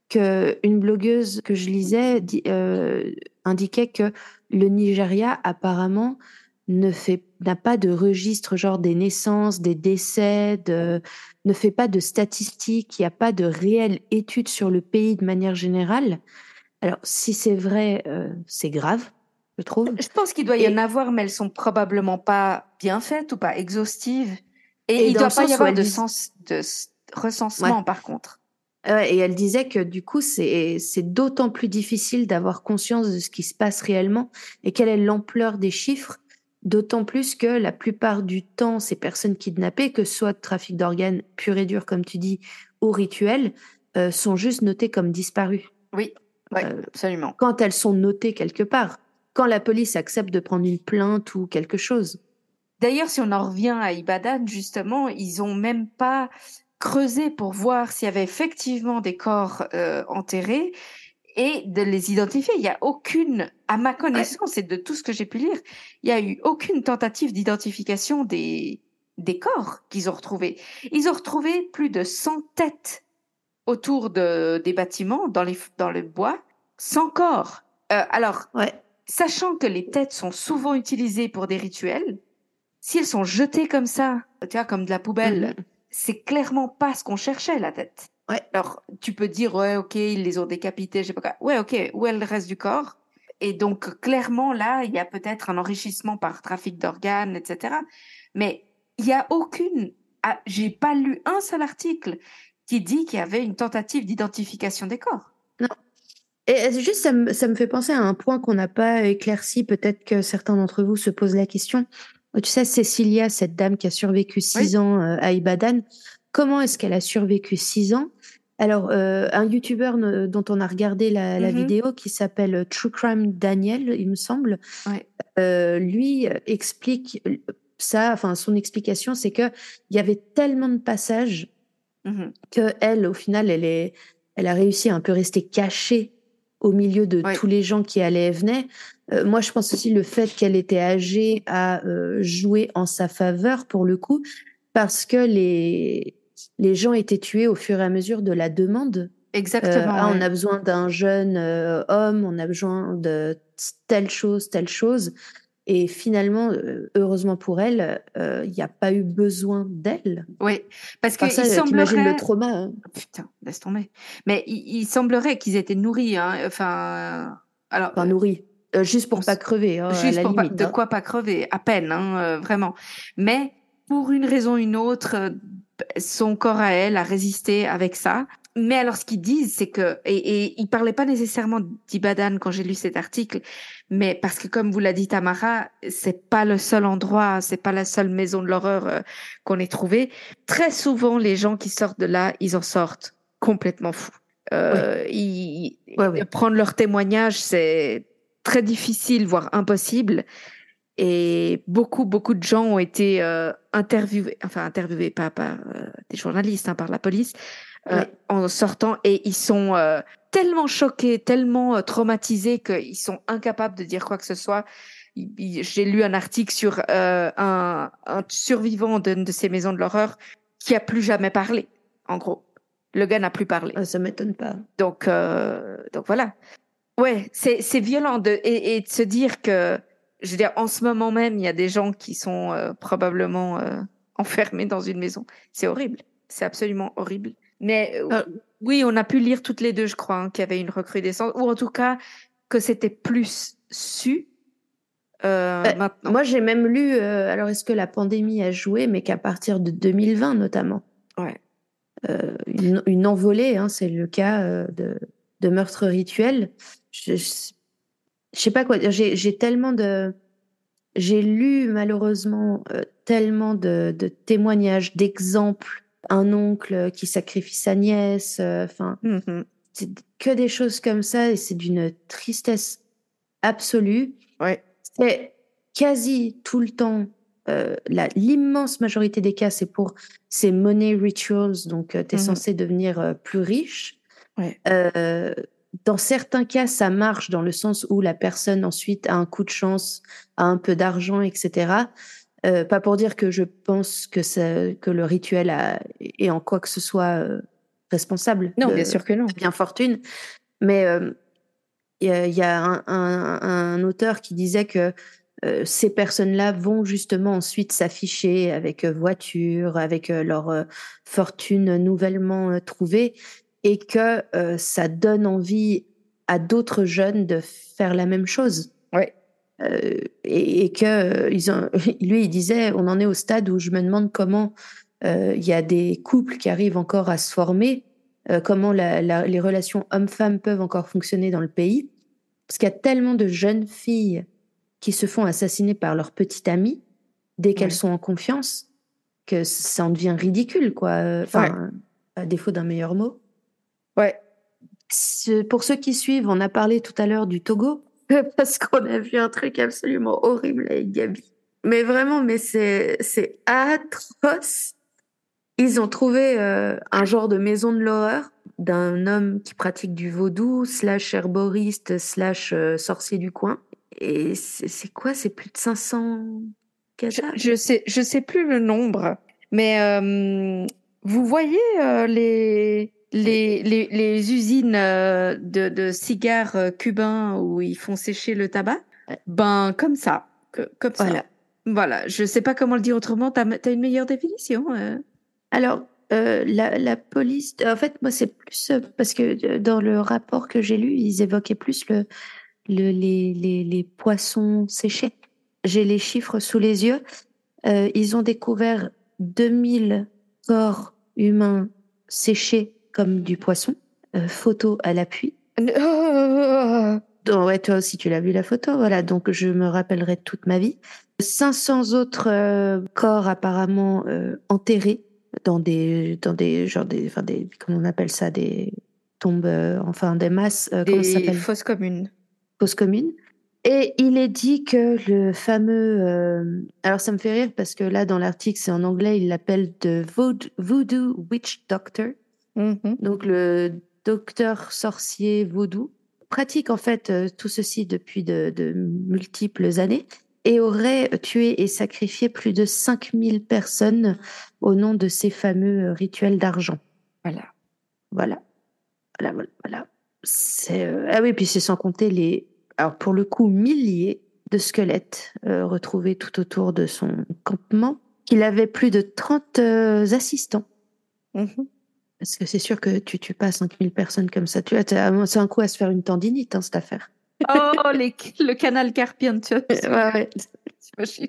qu'une blogueuse que je lisais dit, euh, indiquait que le Nigeria, apparemment, ne fait, n'a pas de registre genre des naissances, des décès, de, ne fait pas de statistiques, il n'y a pas de réelle étude sur le pays de manière générale. Alors, si c'est vrai, euh, c'est grave, je trouve. Je pense qu'il doit y Et... en avoir, mais elles sont probablement pas bien faites ou pas exhaustives. Et, Et il ne doit pas y avoir de, sens, de recensement, ouais. par contre. Ouais, et elle disait que du coup, c'est, c'est d'autant plus difficile d'avoir conscience de ce qui se passe réellement et quelle est l'ampleur des chiffres, d'autant plus que la plupart du temps, ces personnes kidnappées, que ce soit de trafic d'organes pur et dur, comme tu dis, ou rituel, euh, sont juste notées comme disparues. Oui, oui, Euh, absolument. Quand elles sont notées quelque part, quand la police accepte de prendre une plainte ou quelque chose. D'ailleurs, si on en revient à Ibadan, justement, ils ont même pas creusé pour voir s'il y avait effectivement des corps euh, enterrés et de les identifier. Il y a aucune, à ma connaissance et de tout ce que j'ai pu lire, il y a eu aucune tentative d'identification des, des corps qu'ils ont retrouvés. Ils ont retrouvé plus de cent têtes autour de, des bâtiments, dans, les, dans le bois, sans corps. Euh, alors, Ouais. sachant que les têtes sont souvent utilisées pour des rituels, si elles sont jetées comme ça, tu vois, comme de la poubelle, Mhm. c'est clairement pas ce qu'on cherchait, la tête. Ouais. Alors, tu peux dire, ouais, ok, ils les ont décapités, je sais pas quoi. Ouais, ok, où est le reste du corps? Et donc, clairement, là, il y a peut-être un enrichissement par trafic d'organes, et cetera. Mais il y a aucune, ah, j'ai pas lu un seul article qui dit qu'il y avait une tentative d'identification des corps. Non. Et juste, ça me, ça me fait penser à un point qu'on n'a pas éclairci. Peut-être que certains d'entre vous se posent la question. Tu sais, Cécilia, cette dame qui a survécu six Oui. ans euh, à Ibadan, comment est-ce qu'elle a survécu six ans? Alors, euh, un youtubeur ne- dont on a regardé la, la Mhm. vidéo, qui s'appelle True Crime Daniel, il me semble, Ouais. euh, lui euh, explique ça. Enfin, son explication, c'est que il y avait tellement de passages Mhm. que elle, au final, elle est, elle a réussi à un peu rester cachée au milieu de Ouais. tous les gens qui allaient et venaient. Euh, moi, je pense aussi le fait qu'elle était âgée a euh, joué en sa faveur pour le coup, parce que les les gens étaient tués au fur et à mesure de la demande. Euh, Exactement. ah, on Ouais. a besoin d'un jeune euh, homme, on a besoin de telle chose, telle chose. Et finalement, euh, heureusement pour elle, euh, il n'y a pas eu besoin d'elle. Oui, parce Par ça, qu'il euh, t'imagines le semblerait, trauma. Hein. putain, laisse tomber. Mais il, il semblerait qu'ils étaient nourris, hein. Enfin, alors, Enfin, euh, nourri. Euh, juste on pour pas s- crever, hein, à juste la pour pas, limite. de Hein. quoi pas crever, à peine, hein, euh, vraiment. Mais pour une raison ou une autre, euh, son corps à elle a résisté avec ça. Mais alors, ce qu'ils disent, c'est que, et, et ils parlaient pas nécessairement d'Ibadan quand j'ai lu cet article, mais parce que, comme vous l'a dit Tamara, c'est pas le seul endroit, c'est pas la seule maison de l'horreur euh, qu'on ait trouvée. Très souvent, les gens qui sortent de là, ils en sortent complètement fous. Ouais. Euh, ils, Ouais, de ouais. prendre leur témoignage, c'est très difficile, voire impossible. Et beaucoup, beaucoup de gens ont été euh, interviewés, enfin interviewés, pas par euh, des journalistes, hein, par la police, euh, Ouais. en sortant, et ils sont euh, tellement choqués, tellement euh, traumatisés qu'ils sont incapables de dire quoi que ce soit. Il- il- J'ai lu un article sur euh, un, un survivant d'une de ces maisons de l'horreur qui a plus jamais parlé, en gros. Le gars n'a plus parlé. Euh, ça m'étonne pas. Donc, euh, donc voilà. Ouais, c'est c'est violent de et, et de se dire que, je veux dire, en ce moment même, il y a des gens qui sont euh, probablement euh, enfermés dans une maison. C'est horrible. C'est absolument horrible. Mais euh, Euh, oui, on a pu lire toutes les deux, je crois, hein, qu'il y avait une recrudescence, ou en tout cas que c'était plus su euh, euh, maintenant. moi, j'ai même lu, euh, alors est-ce que la pandémie a joué, mais qu'à partir de deux mille vingt notamment, Ouais. euh, une, une envolée, hein, c'est le cas euh, de, de meurtres rituels. Je, je, je sais pas quoi dire. J'ai, j'ai tellement de, j'ai lu malheureusement euh, tellement de, de témoignages, d'exemples. Un oncle qui sacrifie sa nièce, enfin. Euh, Mhm. c'est que des choses comme ça et c'est d'une tristesse absolue. Ouais. C'est quasi tout le temps, euh, la, l'immense majorité des cas, c'est pour ces money rituals, donc euh, tu es Mhm. censé devenir euh, plus riche. Ouais. Euh, dans certains cas, ça marche dans le sens où la personne ensuite a un coup de chance, a un peu d'argent, et cetera. Euh, pas pour dire que je pense que, ça, que le rituel a, est en quoi que ce soit euh, responsable Non, de, bien sûr que non. de bien fortune, mais euh, il y a, y a un, un, un, auteur qui disait que euh, ces personnes-là vont justement ensuite s'afficher avec euh, voiture, avec euh, leur euh, fortune nouvellement euh, trouvée, et que euh, ça donne envie à d'autres jeunes de faire la même chose. Ouais. Euh, et, et que euh, ils ont, lui, il disait, on en est au stade où je me demande comment il euh, y a des couples qui arrivent encore à se former euh, comment la, la, les relations hommes-femmes peuvent encore fonctionner dans le pays. Parce qu'il y a tellement de jeunes filles qui se font assassiner par leur petite amie dès qu'elles ouais. sont en confiance que ça en devient ridicule, quoi. Enfin, ouais. à défaut d'un meilleur mot. Ouais. C'est, pour ceux qui suivent, on a parlé tout à l'heure du Togo parce qu'on a vu un truc absolument horrible avec Gabi. Mais vraiment, mais c'est, c'est atroce. Ils ont trouvé euh, un genre de maison de l'horreur d'un homme qui pratique du vaudou, slash herboriste, slash euh, sorcier du coin. Et c'est, c'est quoi? C'est plus de cinq cents cadavres. Je, je sais, je sais plus le nombre, mais euh, vous voyez euh, les, les, les, les usines euh, de, de cigares euh, cubains où ils font sécher le tabac? Ben, comme ça. Que, comme ça. Voilà. Voilà. Je sais pas comment le dire autrement. T'as, t'as une meilleure définition? euh Alors, euh, la, la police, en fait, moi, c'est plus euh, parce que dans le rapport que j'ai lu, ils évoquaient plus le, le, les, les, les poissons séchés. J'ai les chiffres sous les yeux. Euh, ils ont découvert deux mille corps humains séchés comme du poisson. Euh, photo à l'appui. Oh Donc, ouais, toi aussi, tu l'as vu la photo. Voilà, donc je me rappellerai toute ma vie. cinq cents autres euh, corps apparemment euh, enterrés dans des, dans des, genre des, enfin des, comment on appelle ça, des tombes, euh, enfin des masses, euh, comment ça Des s'appelle? fosses communes. Fosses communes. Et il est dit que le fameux, euh, alors ça me fait rire parce que là dans l'article c'est en anglais, il l'appelle de voodoo, voodoo witch doctor, Mm-hmm. donc le docteur sorcier vaudou pratique en fait euh, tout ceci depuis de, de multiples années et aurait tué et sacrifié plus de cinq mille personnes au nom de ces fameux rituels d'argent. Voilà. Voilà. Voilà, voilà, voilà. C'est, euh... Ah oui, puis c'est sans compter les, alors pour le coup, milliers de squelettes euh, retrouvés tout autour de son campement. Il avait plus de trente euh, assistants. Mm-hmm. Parce que c'est sûr que tu tues pas cinq mille personnes comme ça. Tu vois, c'est un coup à se faire une tendinite, hein, cette affaire. Oh, les, le canal carpien, tu vois. Ouais, ouais. T'imagines?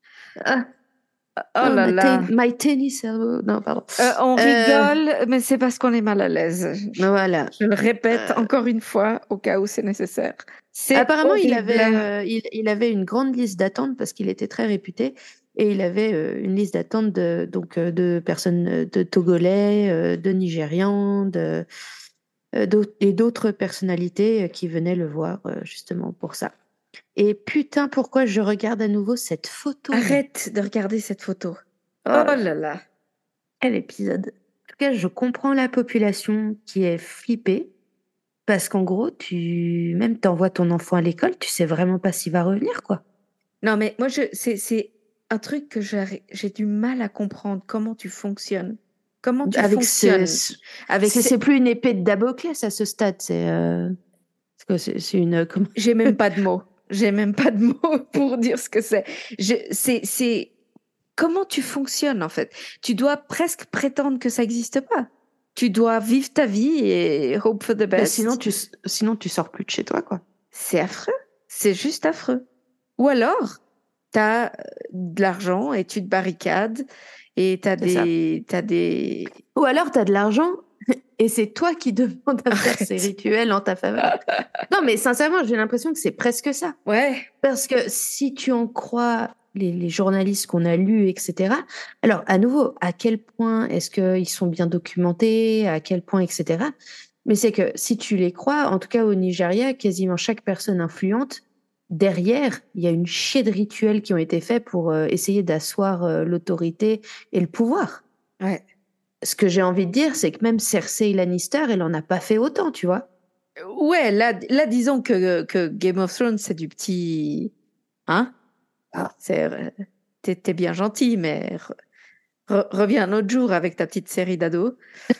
Ah. Oh oh, là my là. Ten, my tennis elbow. Non, pardon. Euh, on Euh, rigole, mais c'est parce qu'on est mal à l'aise. Je, Voilà. je le répète Euh, encore une fois, au cas où c'est nécessaire. C'est Apparemment, il horrible. avait, euh, il, il avait une grande liste d'attente parce qu'il était très réputé. Et il avait euh, une liste d'attente de, donc, euh, de personnes euh, de Togolais, euh, de Nigérians, de, euh, d'autres, et d'autres personnalités euh, qui venaient le voir euh, justement pour ça. Et putain, pourquoi je regarde à nouveau cette photo? Arrête de regarder cette photo. Oh, Oh là là. Quel épisode. En tout cas, je comprends la population qui est flippée. Parce qu'en gros, tu même t'envoies ton enfant à l'école, tu sais vraiment pas s'il va revenir, quoi. Non, mais moi, je, c'est, c'est un truc que j'ai, j'ai du mal à comprendre. Comment tu fonctionnes? Comment tu Avec fonctionnes? ce, Avec c'est, ces... c'est plus une épée de Damoclès à ce stade. C'est, euh... c'est, c'est une. Comment... J'ai même pas de mots. J'ai même pas de mots pour dire ce que c'est. Je, c'est, c'est comment tu fonctionnes en fait. Tu dois presque prétendre que ça n'existe pas. Tu dois vivre ta vie et hope for the best. Ben sinon, tu, sinon, tu sors plus de chez toi, quoi. C'est affreux. C'est juste affreux. Ou alors, tu as de l'argent et tu te barricades et tu as des, t'as des... Ou alors, tu as de l'argent et c'est toi qui demandes à faire ces rituels en ta faveur. Non, mais sincèrement, j'ai l'impression que c'est presque ça. Ouais. Parce que si tu en crois les, les journalistes qu'on a lus, et cetera. Alors, à nouveau, à quel point est-ce qu'ils sont bien documentés, à quel point, et cetera. Mais c'est que si tu les crois, en tout cas au Nigeria, quasiment chaque personne influente, derrière, il y a une chier de rituels qui ont été faits pour euh, essayer d'asseoir euh, l'autorité et le pouvoir. Ouais. Ce que j'ai envie de dire, c'est que même Cersei Lannister, elle en a pas fait autant, tu vois. Ouais, là, là disons que, que Game of Thrones, c'est du petit... Hein? Ah, c'est, t'es, t'es bien gentil, mais re, reviens un autre jour avec ta petite série d'ados.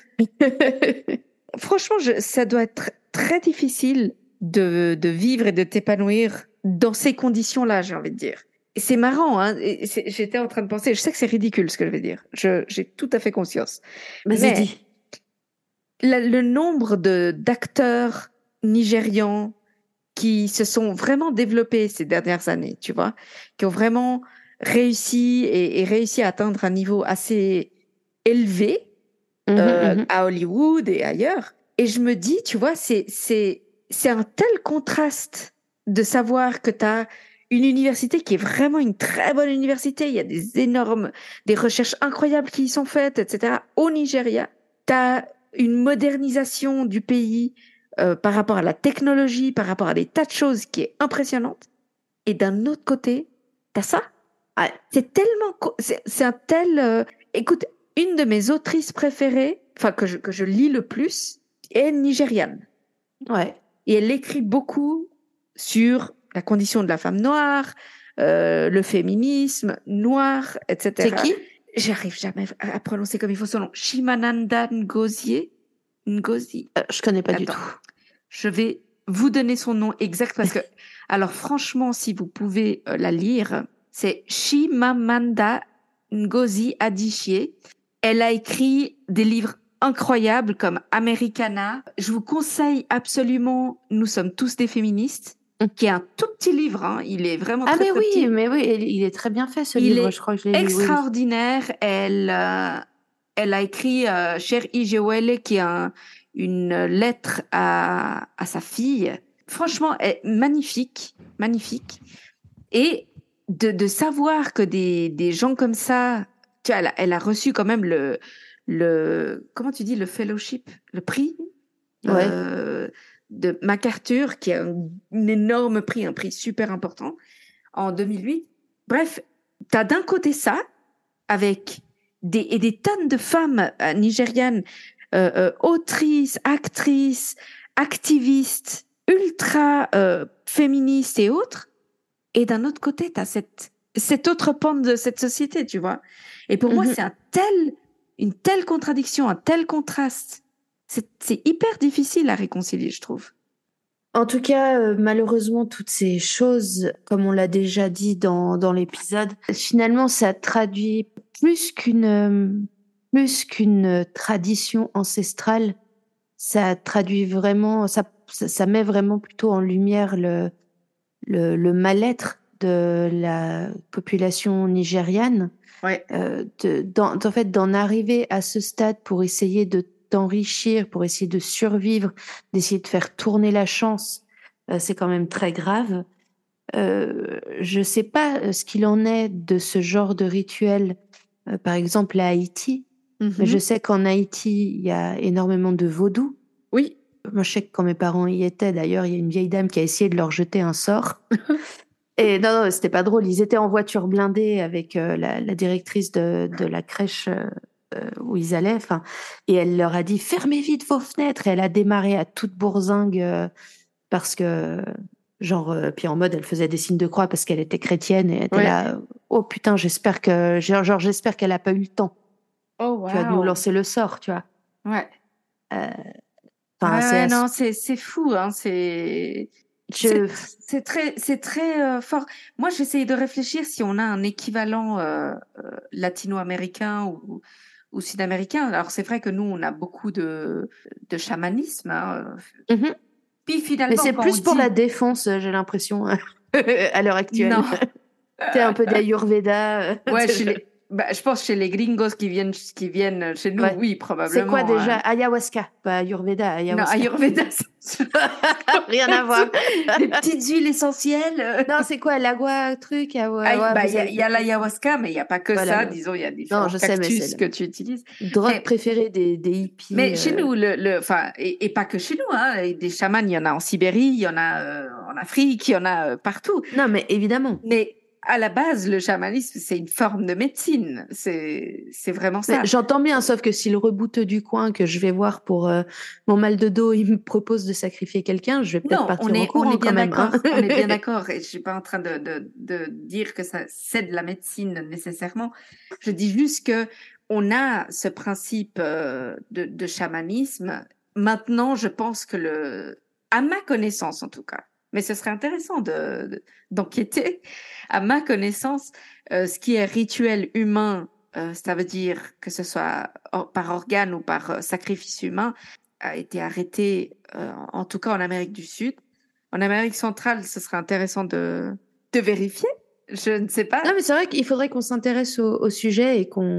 Franchement, je, ça doit être très difficile de, de vivre et de t'épanouir dans ces conditions-là, j'ai envie de dire. Et c'est marrant, hein. Et c'est, j'étais en train de penser, je sais que c'est ridicule ce que je vais dire. Je, j'ai tout à fait conscience. Vas-y, mais dis. La, le nombre de, d'acteurs nigérians qui se sont vraiment développés ces dernières années, tu vois, qui ont vraiment réussi et, et réussi à atteindre un niveau assez élevé, Mmh euh, mh. à Hollywood et ailleurs. Et je me dis, tu vois, c'est, c'est, c'est un tel contraste de savoir que tu as une université qui est vraiment une très bonne université. Il y a des énormes, des recherches incroyables qui y sont faites, et cetera. Au Nigeria, tu as une modernisation du pays euh, par rapport à la technologie, par rapport à des tas de choses qui est impressionnante. Et d'un autre côté, tu as ça. Ouais. C'est tellement, co- c'est, c'est un tel. euh, Écoute, une de mes autrices préférées, enfin que je, que je lis le plus, est nigériane. Ouais. Et elle écrit beaucoup sur la condition de la femme noire, euh, le féminisme noir, et cetera. C'est qui? J'arrive jamais à prononcer comme il faut son nom. Chimamanda Ngozi. Ngozi. Euh, je connais pas du Attends. tout. Je vais vous donner son nom exact parce que, alors franchement, si vous pouvez euh, la lire, c'est Chimamanda Ngozi Adichie. Elle a écrit des livres incroyables comme Americana. Je vous conseille absolument Nous sommes tous des féministes, qui est un tout petit livre. Hein. Il est vraiment Ah très, mais très oui, petit. mais oui, il est très bien fait ce Il livre. est Je crois que je l'ai lu. Oui, oui. extraordinaire. Elle, euh, elle a écrit euh, Cher Ijewele, qui est un, une lettre à, à sa fille. Franchement, elle, magnifique, magnifique. Et de, de savoir que des, des gens comme ça, tu vois, elle a, elle a reçu quand même le, le, comment tu dis, le fellowship, le prix Ouais. euh, de MacArthur, qui est un, un énorme prix, un prix super important, en deux mille huit. Bref, tu as d'un côté ça, avec des, et des tonnes de femmes euh, nigérianes, euh, euh, autrices, actrices, activistes, ultra euh, féministes et autres. Et d'un autre côté, tu as cette, cette autre pente de cette société, tu vois. Et pour moi, Mhm. c'est un tel, une telle contradiction, un tel contraste. C'est, c'est hyper difficile à réconcilier, je trouve. En tout cas, euh, malheureusement, toutes ces choses, comme on l'a déjà dit dans, dans l'épisode, finalement, ça traduit plus qu'une euh, plus qu'une tradition ancestrale. Ça traduit vraiment, ça, ça, ça met vraiment plutôt en lumière le, le, le mal-être de la population nigériane. Ouais. Euh, de, d'en, en fait, d'en arriver à ce stade pour essayer de t'enrichir, pour essayer de survivre, d'essayer de faire tourner la chance, euh, c'est quand même très grave. Euh, je sais pas ce qu'il en est de ce genre de rituel, euh, par exemple à Haïti, Mm-hmm. mais je sais qu'en Haïti, il y a énormément de vaudou. Oui. Moi, je sais que quand mes parents y étaient, d'ailleurs, il y a une vieille dame qui a essayé de leur jeter un sort. Et non, non, c'était pas drôle. Ils étaient en voiture blindée avec euh, la, la directrice de, de la crèche euh, où ils allaient. Enfin, et elle leur a dit fermez vite vos fenêtres. Et elle a démarré à toute bourzingue euh, parce que, genre, euh, puis en mode, elle faisait des signes de croix parce qu'elle était chrétienne et elle était Ouais. là. Oh putain, j'espère que, genre, genre, j'espère qu'elle a pas eu le temps. Oh, wow. Tu vas nous lancer le sort, tu vois. Ouais. Euh, Ouais, c'est ouais, ass- non, c'est, c'est fou, hein, c'est, Je- c'est, c'est très, c'est très euh, fort. Moi, j'essaye de réfléchir si on a un équivalent euh, euh, latino-américain ou, ou sud-américain. Alors, c'est vrai que nous, on a beaucoup de, de chamanisme, hein. Mhm. Puis Mais finalement, c'est quand plus on pour dit la défense, j'ai l'impression, à l'heure actuelle. non, C'est un peu d'Ayurveda. ouais, chez les, bah, je pense chez les gringos qui viennent, qui viennent chez nous, Ouais. oui, probablement. C'est quoi déjà? hein. Ayahuasca, pas Ayurveda, Non, Ayahuasca. Ayurveda, c'est Rien à voir. des petites huiles essentielles. euh. Non, c'est quoi? L'agua, truc? ah ouais, Ah, ouais, bah, vous il y a, avez il y a compris. l'ayahuasca, mais il n'y a pas que Voilà, ça. le- Disons, il y a différents Non, je sais, mais cactus c'est que tu utilises. la drogue Mais, préférée des, des hippies. mais chez euh, nous, le, le, enfin, et, et pas que chez nous, hein, et des chamans, il y en a en Sibérie, il y en a euh, en Afrique, il y en a euh, partout. Non, mais évidemment. Mais à la base, le chamanisme, c'est une forme de médecine. C'est, c'est vraiment Mais ça. j'entends bien, sauf que si le rebouteux du coin que je vais voir pour euh, mon mal de dos, il me propose de sacrifier quelqu'un, je vais peut-être Non, partir on en est, on courant est bien quand même. hein. d'accord. On est bien d'accord. Et je suis pas en train de, de, de dire que ça, c'est de la médecine nécessairement. Je dis juste que on a ce principe euh, de, de chamanisme. Maintenant, je pense que le, à ma connaissance en tout cas, mais ce serait intéressant de, de- d'enquêter. À ma connaissance, euh, ce qui est rituel humain, euh, ça veut dire que ce soit or- par organe ou par euh, sacrifice humain, a été arrêté, euh, en tout cas en Amérique du Sud. En Amérique centrale, ce serait intéressant de, de vérifier. Je ne sais pas. Non, mais c'est vrai qu'il faudrait qu'on s'intéresse au, au sujet et qu'on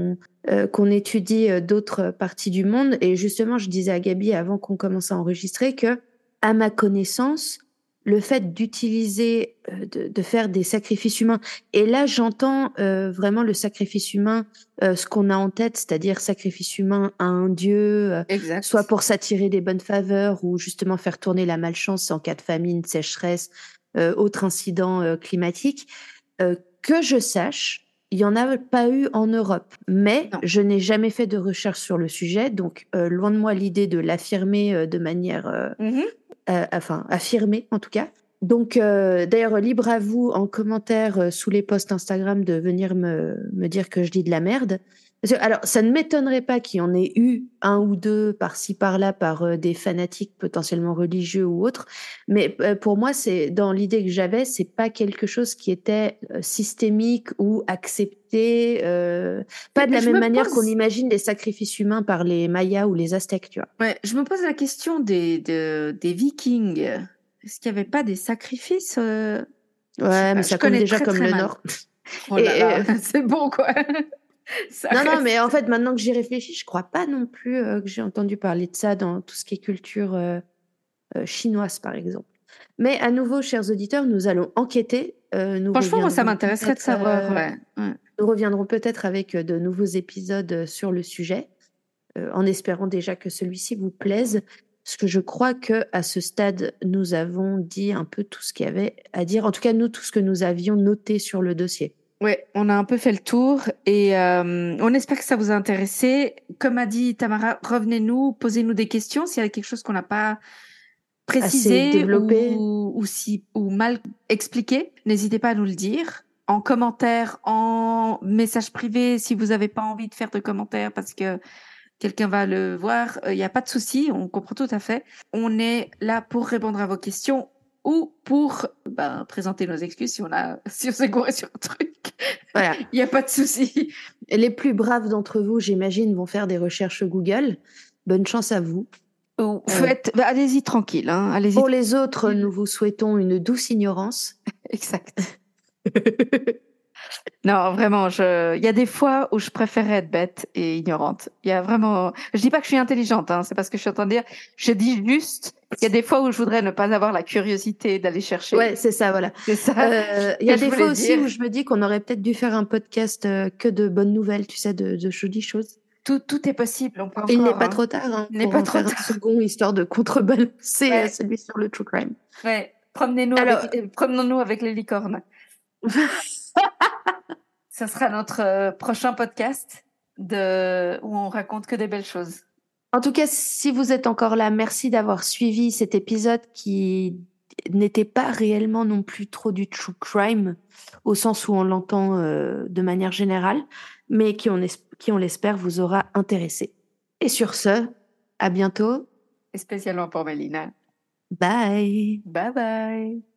euh, qu'on étudie euh, d'autres parties du monde. Et justement, je disais à Gabi avant qu'on commence à enregistrer que, à ma connaissance, le fait d'utiliser, euh, de, de faire des sacrifices humains, et là j'entends euh, vraiment le sacrifice humain, euh, ce qu'on a en tête, c'est-à-dire sacrifice humain à un dieu, euh, Exact. soit pour s'attirer des bonnes faveurs ou justement faire tourner la malchance en cas de famine, sécheresse, euh, autre incident euh, climatique. Euh, que je sache, il n'y en a pas eu en Europe, mais Non. je n'ai jamais fait de recherche sur le sujet, donc euh, loin de moi l'idée de l'affirmer euh, de manière... Euh, Mm-hmm. Euh, enfin affirmé en tout cas. Donc euh, d'ailleurs libre à vous en commentaire euh, sous les posts Instagram de venir me, me dire que je dis de la merde. Parce que, alors ça ne m'étonnerait pas qu'il y en ait eu un ou deux par-ci par-là par euh, des fanatiques potentiellement religieux ou autres, mais euh, pour moi c'est dans l'idée que j'avais, c'est pas quelque chose qui était euh, systémique ou accepté, euh, pas de la Je même me manière pose- qu'on imagine les sacrifices humains par les Mayas ou les Aztèques, tu vois. Ouais, je me pose la question des, de- des Vikings. Est-ce qu'il n'y avait pas des sacrifices euh, je sais Ouais, pas, mais je ça compte connais déjà très, comme très le mal. Nord. Oh Et- là là, et- c'est bon quoi. Ça Non, non, reste- mais en fait, maintenant que j'y réfléchis, je crois pas non plus euh, que j'ai entendu parler de ça dans tout ce qui est culture euh, euh, chinoise, par exemple. Mais à nouveau, chers auditeurs, nous allons enquêter. Euh, nous Franchement, moi, ça reviendrons m'intéresserait de peut-être, savoir. euh, Ouais. Ouais. Nous reviendrons peut-être avec euh, de nouveaux épisodes euh, sur le sujet, euh, en espérant déjà que celui-ci vous plaise. Parce que je crois que à ce stade, nous avons dit un peu tout ce qu'il y avait à dire. En tout cas, nous, tout ce que nous avions noté sur le dossier. Ouais, on a un peu fait le tour et euh, on espère que ça vous a intéressé. Comme a dit Tamara, revenez-nous, posez-nous des questions s'il y a quelque chose qu'on n'a pas précisé développé. ou, ou, si, ou mal expliqué. N'hésitez pas à nous le dire en commentaire, en message privé si vous n'avez pas envie de faire de commentaires parce que quelqu'un va le voir. Il n'y a pas de souci, on comprend tout à fait. On est là pour répondre à vos questions ou pour ben, présenter nos excuses si on a si on s'est gouré sur un truc. Voilà. Il n'y a pas de souci. Et les plus braves d'entre vous, j'imagine, vont faire des recherches Google. Bonne chance à vous. Ou faites, bah, allez-y tranquille. Hein, allez-y. Pour les autres, nous vous souhaitons une douce ignorance. Exact. Non, vraiment, je... il y a des fois où je préférais être bête et ignorante. Il y a vraiment, je dis pas que je suis intelligente, hein, c'est pas ce que je suis en train de dire. Je dis juste, il y a des fois où je voudrais ne pas avoir la curiosité d'aller chercher. Ouais, c'est ça, voilà. C'est ça. Euh, Il y a que je des fois voulais aussi dire. où je me dis qu'on aurait peut-être dû faire un podcast euh, que de bonnes nouvelles, tu sais, de, de jolies choses. Tout, tout est possible. On peut Il encore, n'est pas hein. trop tard hein, Il n'est pour pas en trop faire tard. un second, histoire de contrebalancer Ouais. euh, celui sur le true crime. Ouais. Promenez-nous Alors- avec, euh, promenons-nous avec les licornes. Ça sera notre euh, prochain podcast de... où on raconte que des belles choses. En tout cas, si vous êtes encore là, merci d'avoir suivi cet épisode qui n'était pas réellement non plus trop du true crime, au sens où on l'entend euh, de manière générale, mais qui, on, es- qui, on l'espère, vous aura intéressé. Et sur ce, à bientôt. Et spécialement pour Mélina. Bye. Bye bye.